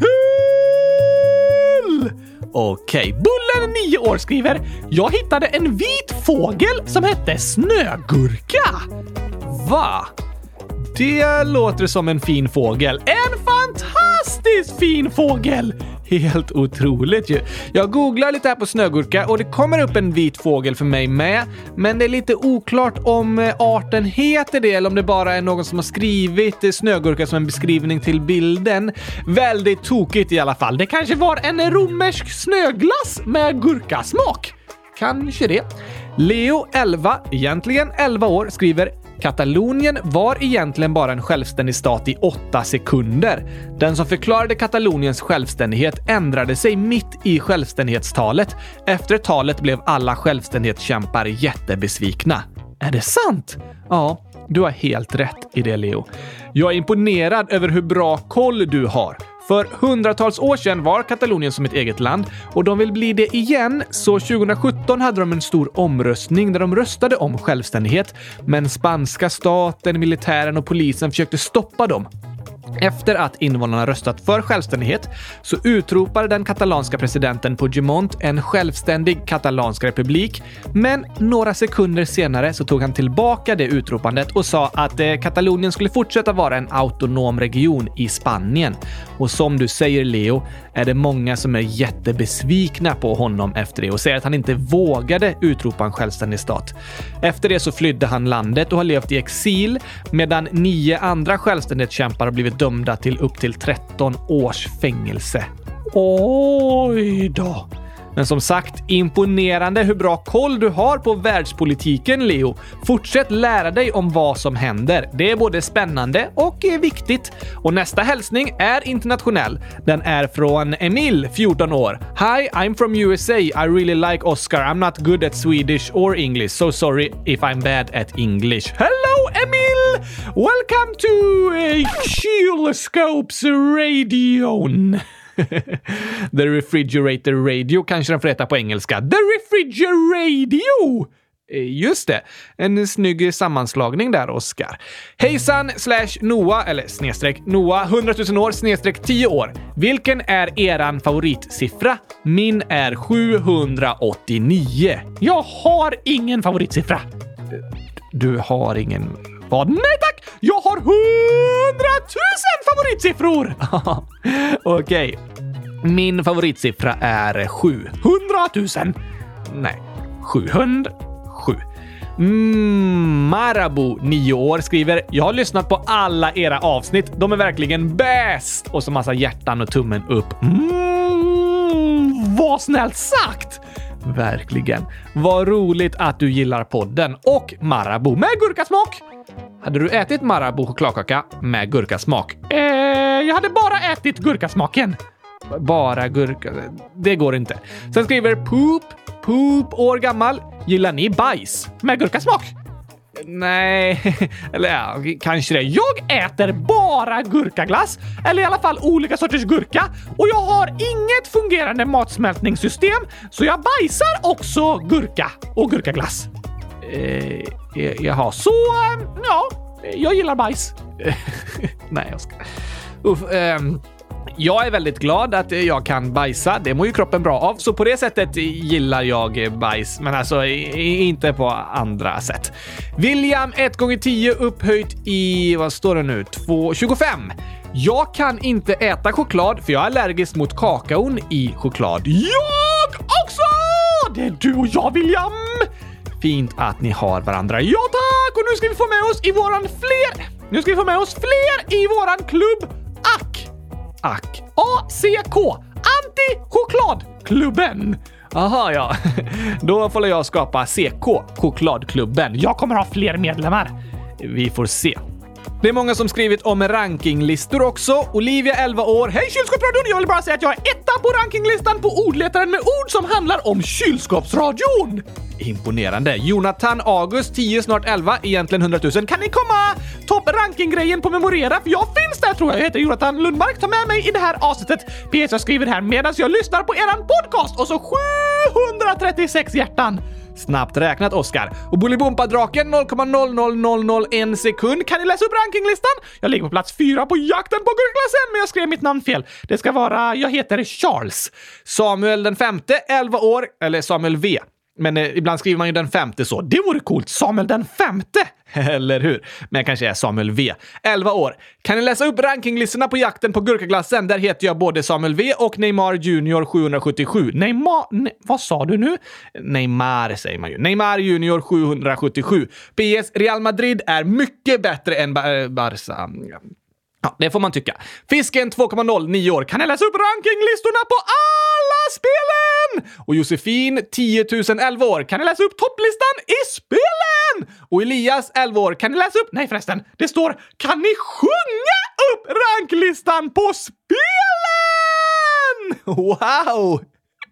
till! Okej. Bullen 9 år skriver: jag hittade en vit fågel som hette snögurka. Va? Det låter som en fin fågel. En fantastiskt fin fågel! Helt otroligt ju. Jag googlar lite här på snögurka och det kommer upp en vit fågel för mig med. Men det är lite oklart om arten heter det eller om det bara är någon som har skrivit snögurka som en beskrivning till bilden. Väldigt tokigt i alla fall. Det kanske var en romersk snöglass med gurkasmak. Kanske det. Leo 11, egentligen 11 år, skriver: Katalonien var egentligen bara en självständig stat i 8 sekunder. Den som förklarade Kataloniens självständighet ändrade sig mitt i självständighetstalet. Efter talet blev alla självständighetskämpar jättebesvikna. Är det sant? Ja, du har helt rätt i det, Leo. Jag är imponerad över hur bra koll du har. För hundratals år sedan var Katalonien som ett eget land och de vill bli det igen, så 2017 hade de en stor omröstning där de röstade om självständighet, men spanska staten, militären och polisen försökte stoppa dem. Efter att invånarna röstat för självständighet så utropade den katalanska presidenten Puigdemont en självständig katalansk republik, men några sekunder senare så tog han tillbaka det utropandet och sa att Katalonien skulle fortsätta vara en autonom region i Spanien. Och som du säger, Leo, är det många som är jättebesvikna på honom efter det och säger att han inte vågade utropa en självständig stat. Efter det så flydde han landet och har levt i exil, medan 9 andra självständighetskämpar har blivit dömda till upp till 13 års fängelse. Oj då. Men som sagt, imponerande hur bra koll du har på världspolitiken, Leo. Fortsätt lära dig om vad som händer. Det är både spännande och viktigt. Och nästa hälsning är internationell. Den är från Emil, 14 år. Hi, I'm from USA. I really like Oscar. I'm not good at Swedish or English. So sorry if I'm bad at English. Hello, Emil! Welcome to Kylskåps radion. The Refrigerator Radio kanske den får heta på engelska. The Refrigeradio! Just det. En snygg sammanslagning där, Oscar. Hejsan /Noah eller snedstreck Noah 100 000 år snedstreck 10 år. Vilken är eran favoritsiffra? Min är 789. Jag har ingen favoritsiffra. Du har ingen... Vad? Nej tack! Jag har 100 000 favoritsiffor! Okej. Min favoritsiffra är 7. 100 000? Nej, 707. Marabou, 9 år, skriver: jag har lyssnat på alla era avsnitt. De är verkligen bäst! Och så massa hjärtan och tummen upp. Vad snällt sagt! Verkligen. Vad roligt att du gillar podden. Och Marabou med gurkasmak. Hade du ätit Marabou chokladkaka med gurkasmak? Jag hade bara ätit gurkasmaken. Bara gurka. Det går inte. Sen skriver Poop, år gammal. Gillar ni bajs? Med gurkasmak? Nej, eller ja, kanske det. Jag äter bara gurkaglass, eller i alla fall olika sorters gurka, och jag har inget fungerande matsmältningssystem, så jag bajsar också gurka och gurkaglass. Jaha, så ja, jag gillar bajs. Nej, jag ska... Jag är väldigt glad att jag kan bajsa. Det mår ju kroppen bra av. Så på det sättet gillar jag bajs. Men alltså inte på andra sätt. William 1x10 upphöjt i... Vad står det nu? 25. Jag kan inte äta choklad för jag är allergisk mot kakaon i choklad. Jag också! Det är du och jag, William! Fint att ni har varandra. Ja tack! Och nu ska vi få med oss fler i våran klubb ACK. ACK. Anti-chokladklubben. Aha, ja. Då får jag skapa CK, chokladklubben. Jag kommer ha fler medlemmar. Vi får se. Det är många som skrivit om rankinglistor också. Olivia, 11 år. Hej kylskåpsradion! Jag vill bara säga att jag är etta på rankinglistan på ordletaren med ord som handlar om kylskåpsradion. Imponerande. Jonathan, August, 10, snart 11, egentligen 100 000. Kan ni komma topp-ranking-grejen på memorera? För jag finns där tror jag. Jag heter Jonathan Lundmark. Ta med mig i det här avsnittet. PS jag skriver här medan jag lyssnar på eran podcast och så 736 hjärtan. Snabbt räknat, Oskar. Och Bolibompa-draken 0,00001 sekund. Kan ni läsa upp rankinglistan? Jag ligger på plats 4 på jakten på gurklassen, men jag skrev mitt namn fel. Det ska vara, jag heter Charles. Samuel den 5, 11 år. Eller Samuel V. Men ibland skriver man ju den 5 så. Det vore coolt. Samuel den 5. Eller hur? Men jag kanske är Samuel V. 11 år. Kan ni läsa upp rankinglistorna på jakten på gurkaglassen? Där heter jag både Samuel V och Neymar Junior 777. Vad sa du nu? Neymar säger man ju. Neymar Junior 777. PS, Real Madrid är mycket bättre än Barca. Ja, det får man tycka. Fisken 2,0, 9 år. Kan jag läsa upp rankinglistorna på alla spelen? Och Josefin 10 000, 11 år. Kan jag läsa upp topplistan i spelen? Och Elias 11 år. Kan ni läsa upp? Nej förresten, det står kan ni sjunga upp ranklistan på spelen? Wow!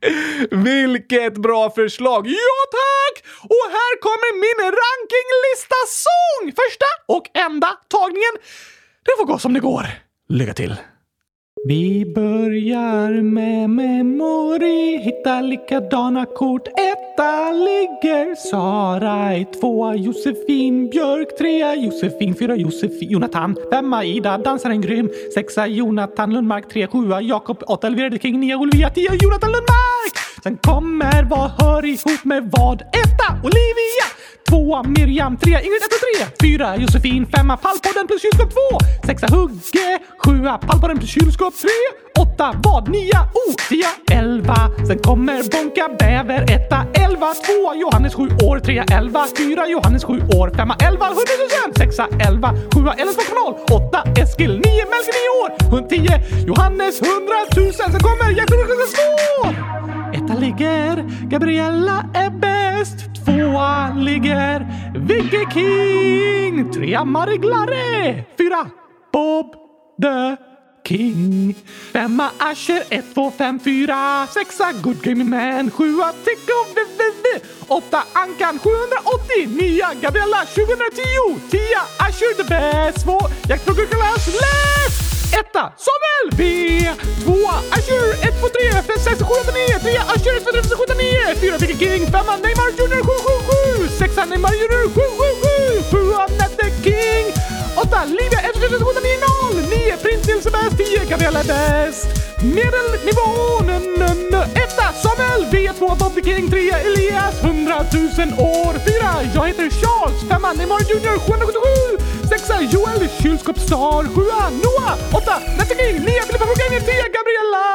Vilket bra förslag! Ja tack! Och här kommer min rankinglista-sång! Första och enda tagningen. Det får gå som det går. Lycka till! Vi börjar med memory, hitta likadana kort. Etta ligger Sara i 2, Josefin Björk 3, Josefin 4, Josefin Jonathan 5, Ida dansaren grym 6, Jonathan Lundmark 3, 7, Jakob 8, Elvira the King 9, Olivia 10, Jonathan Lundmark. Sen kommer vad hör ihop med vad. Etta Olivia 2, Miriam 3, Ingrid 1 och 3, 4, Josefin 5, Pallpodden plus kylskåp 2, 6, Hugge 7, Pallpodden plus kylskåp 3, 8, vad 9, 10, 11. Sen kommer Bonka Bäver 1, 11, 2, Johannes 7 år 3, 11, 4, Johannes 7 år 5, 11, 100 000, 6, 11, 7, Ellen 2,0, 8, Eskil 9, Melker 9 år, 10, Johannes 100 000. Sen kommer Jakob 2. Etta ligger Gabriella är bäst. 2 ligger Vigge King. 3 Mariglare. 4 Bob the King. 5 Asher 1, 2, 5, 4. 6 Good Gaming Man. 7 Tico VVV. 8 Ankan 780. 9 Gabriella 2010. 10 Asher the best. 2 Jack på Gurkalas left. 1 Samuel B. 2 Asher 1, 2, 3 5, 6, 7, 8, 9. 3 Asher 1, 2, 3, 7, 8, 9. 4 Vigge King. 5 Neymar Junior 777. 6 Neymar Junior 777. 7 Nette King. 8 Livia 1, 2, 3, 7, 8, 9, 0. 9 Prins Nilsson bäst. 10 Gabriella bäst. Medelnivån 1 Samuel V2 Bob the King. 3 Elias 100 000 år. 4 jag heter Charles. 5 Neymar Junior 777. 6 Joel Kylskåpsstar. 7 Noah. 8 Nette King. 9 Filippa Programmer. 10 Gabriella.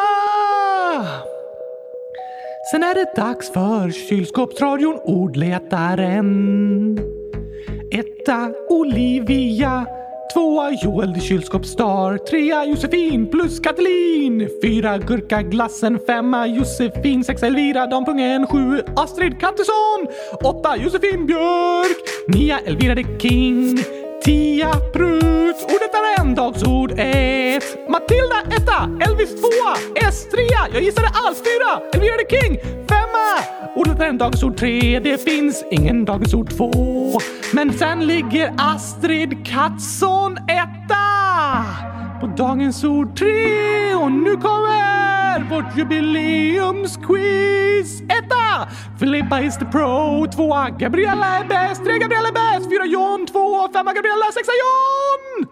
Sen är det dags för Kylskåpsradion ordletaren. 1 Olivia. 2 Joel Kylskåpsstar. 3 Josefin plus Katalin. 4 Gurkaglassen. 5 Josefin. 6 Elvira Dampungen. 7 Astrid Kattesson. 8 Josefin Björk. 9 Elvira the King. 10 Prut. Ordet är en dagsord 1. Matilda 1. Elvis 2. S 3. Jag gissade allt 4. Elvira the King 5. Ordet är en dagsord 3. Det finns ingen dagsord 2. Men sen ligger Astrid Katsson 1. På dagens ord 3. Och nu kommer vårt jubileumsquiz. 1. Filippa is the pro. 2 Gabriella är bäst. 3 Gabriella är bäst. 4 John. 2 5 Gabriella. 6 John.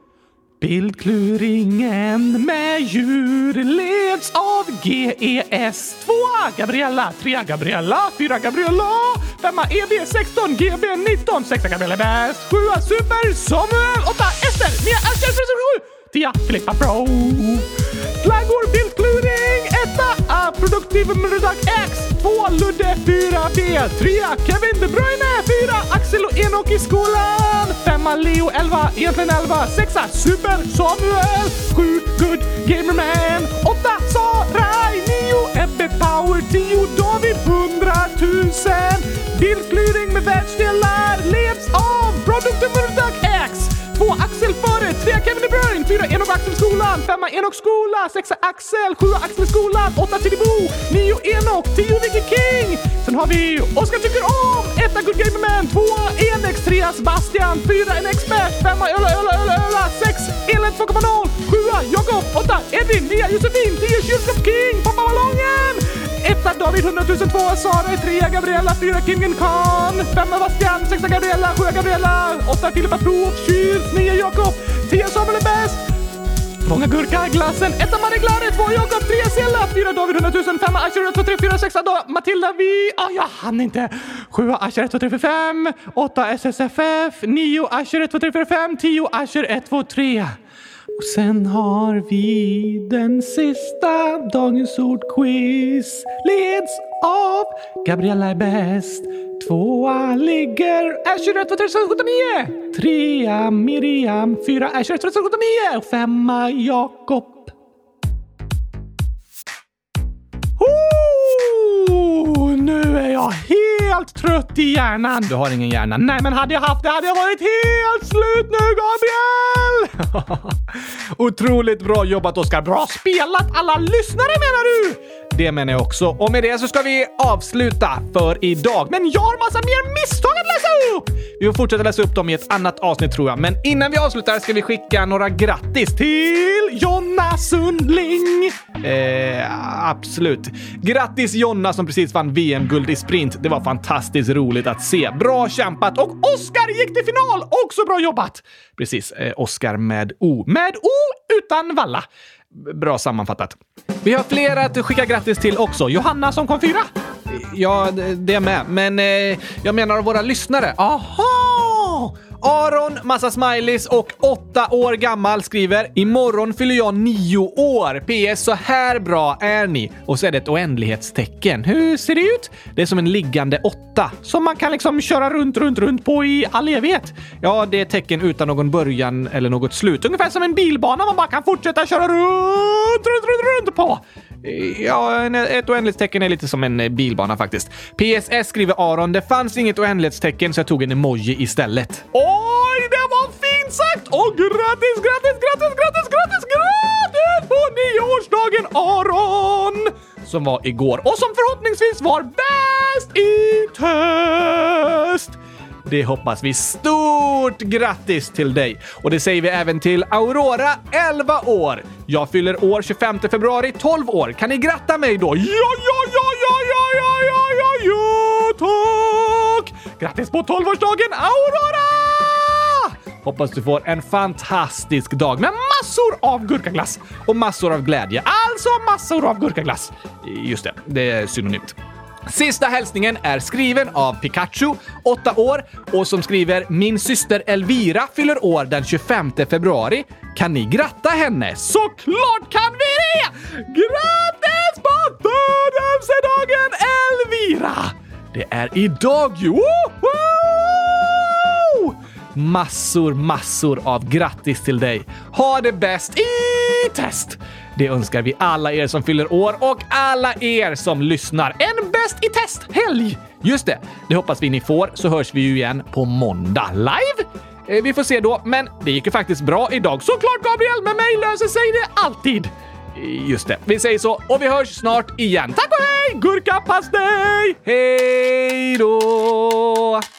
Bildkluringen med djur leds av GES. 2 Gabriella. 3 Gabriella. 4 Gabriella. 5 EB 16. GB 19. 6 Gabriella är bäst. 7 Super Samuel. 8 Ester. 9 Asher 7. 10 Filippa Pro. Flaggor bildkluring. 1 Produktiv Murdoch X. 2 Ludde 4B. 3 Kevin De Bruyne. 4 Axel och Enok i skolan. 5 Leo 11. Egentligen 11. 6 Super Samuel. 7 Good Gamer Man. 8 Sarai. 9 Ebbe Power. 10 David 100 000. Bildkluring med världsdelar leds av Produktiv Murdoch X. 2 Axel 4 Enok Axelskolan, 5 Enok skola, 6 Axel, 7 Axelskolan, 8 Tidibo, 9 Enok, 10 Vicky King. Sen har vi Oskar tycker om, 1 Good Gamerman, 2 Enex, 3 Sebastian, 4 en expert, 5 Öla, 6 Elent 2.0, 7 Jakob, 8 Edvin, 9 Josefin, 10 Kyrkop King, Pappa Ballongen, 1 David 100 002, Sara, 3 Gabriella, 4 Kim Khan, 5 Bastian, 6 Gabriella, 7 Gabriella, 8 Filippa Prov, Kyls, 9 Jakob, 10 Samuel är bäst. Många gurka, glassen, 1 Marie Glare, 2 Jakob, 3 Silla, 4 David 100 000, 5 Asher 1, 2, 3, 4, 6 Matilda, jag hann inte. 7 Asher 1, 2, 3, 4, 5, 8 SSFF, 9 Asher 1, 2, 3, 4, 5, 10 Asher 1, 2, 3. Och sen har vi den sista dagens ordquiz. Leds av Gabriella är bäst. 2 ligger Asher 1, 2, 3, 79. 3 Miriam, 4 Asher 1, 2, 3, 79 och 5 Jakob. Nu är jag helt trött i hjärnan. Du har ingen hjärna. Nej, men hade jag haft det hade jag varit helt slut nu, Gabriel! Otroligt bra jobbat, Oskar. Bra spelat, alla lyssnare menar du? Det menar jag också. Och med det så ska vi avsluta för idag. Men jag har massa mer misstag att läsa upp! Vi får fortsätta läsa upp dem i ett annat avsnitt tror jag. Men innan vi avslutar ska vi skicka några grattis till Jonna Sundling. Absolut. Grattis Jonna som precis vann VM-guld i sprint. Det var fantastiskt roligt att se. Bra kämpat. Och Oskar gick till final. Också bra jobbat. Precis, Oskar med O. Med O utan valla. Bra sammanfattat. Vi har flera att skicka grattis till också. Johanna som kom 4. Ja, det är med. Men jag menar våra lyssnare. Aha! Aron, massa smileys och 8 år gammal skriver: imorgon fyller jag 9 år. PS, så här bra är ni. Och så är det ett oändlighetstecken. Hur ser det ut? Det är som en liggande 8. Som man kan liksom köra runt på i all evighet. Ja, det är tecken utan någon början eller något slut. Ungefär som en bilbana man bara kan fortsätta köra runt på. Ja, ett oändlighetstecken är lite som en bilbana faktiskt. PSS skriver Aron: det fanns inget oändlighetstecken så jag tog en emoji istället. Oj, det var fint sagt! Och grattis på 9-årsdagen Aron! Som var igår och som förhoppningsvis var bäst i test! Det hoppas vi. Stort grattis till dig. Och det säger vi även till Aurora, 11 år. Jag fyller år 25 februari, 12 år. Kan ni gratta mig då? Ja, tack! Grattis på 12-årsdagen, Aurora! Hoppas du får en fantastisk dag med massor av gurkaglass och massor av glädje. Alltså massor av gurkaglass. Just det, det är synonymt. Sista hälsningen är skriven av Pikachu, 8 år, och som skriver: min syster Elvira fyller år den 25 februari. Kan ni gratta henne? Såklart kan vi det! Grattis på födelsedagen Elvira! Det är idag ju! Massor av grattis till dig. Ha det bäst i test! Det önskar vi alla er som fyller år och alla er som lyssnar. En bäst i test-helg! Just det, det hoppas vi ni får, så hörs vi ju igen på måndag live. Vi får se då, men det gick ju faktiskt bra idag. Såklart Gabriel, med mig löser sig det alltid. Just det, vi säger så och vi hörs snart igen. Tack och hej! Gurka, pass dig! Hej då!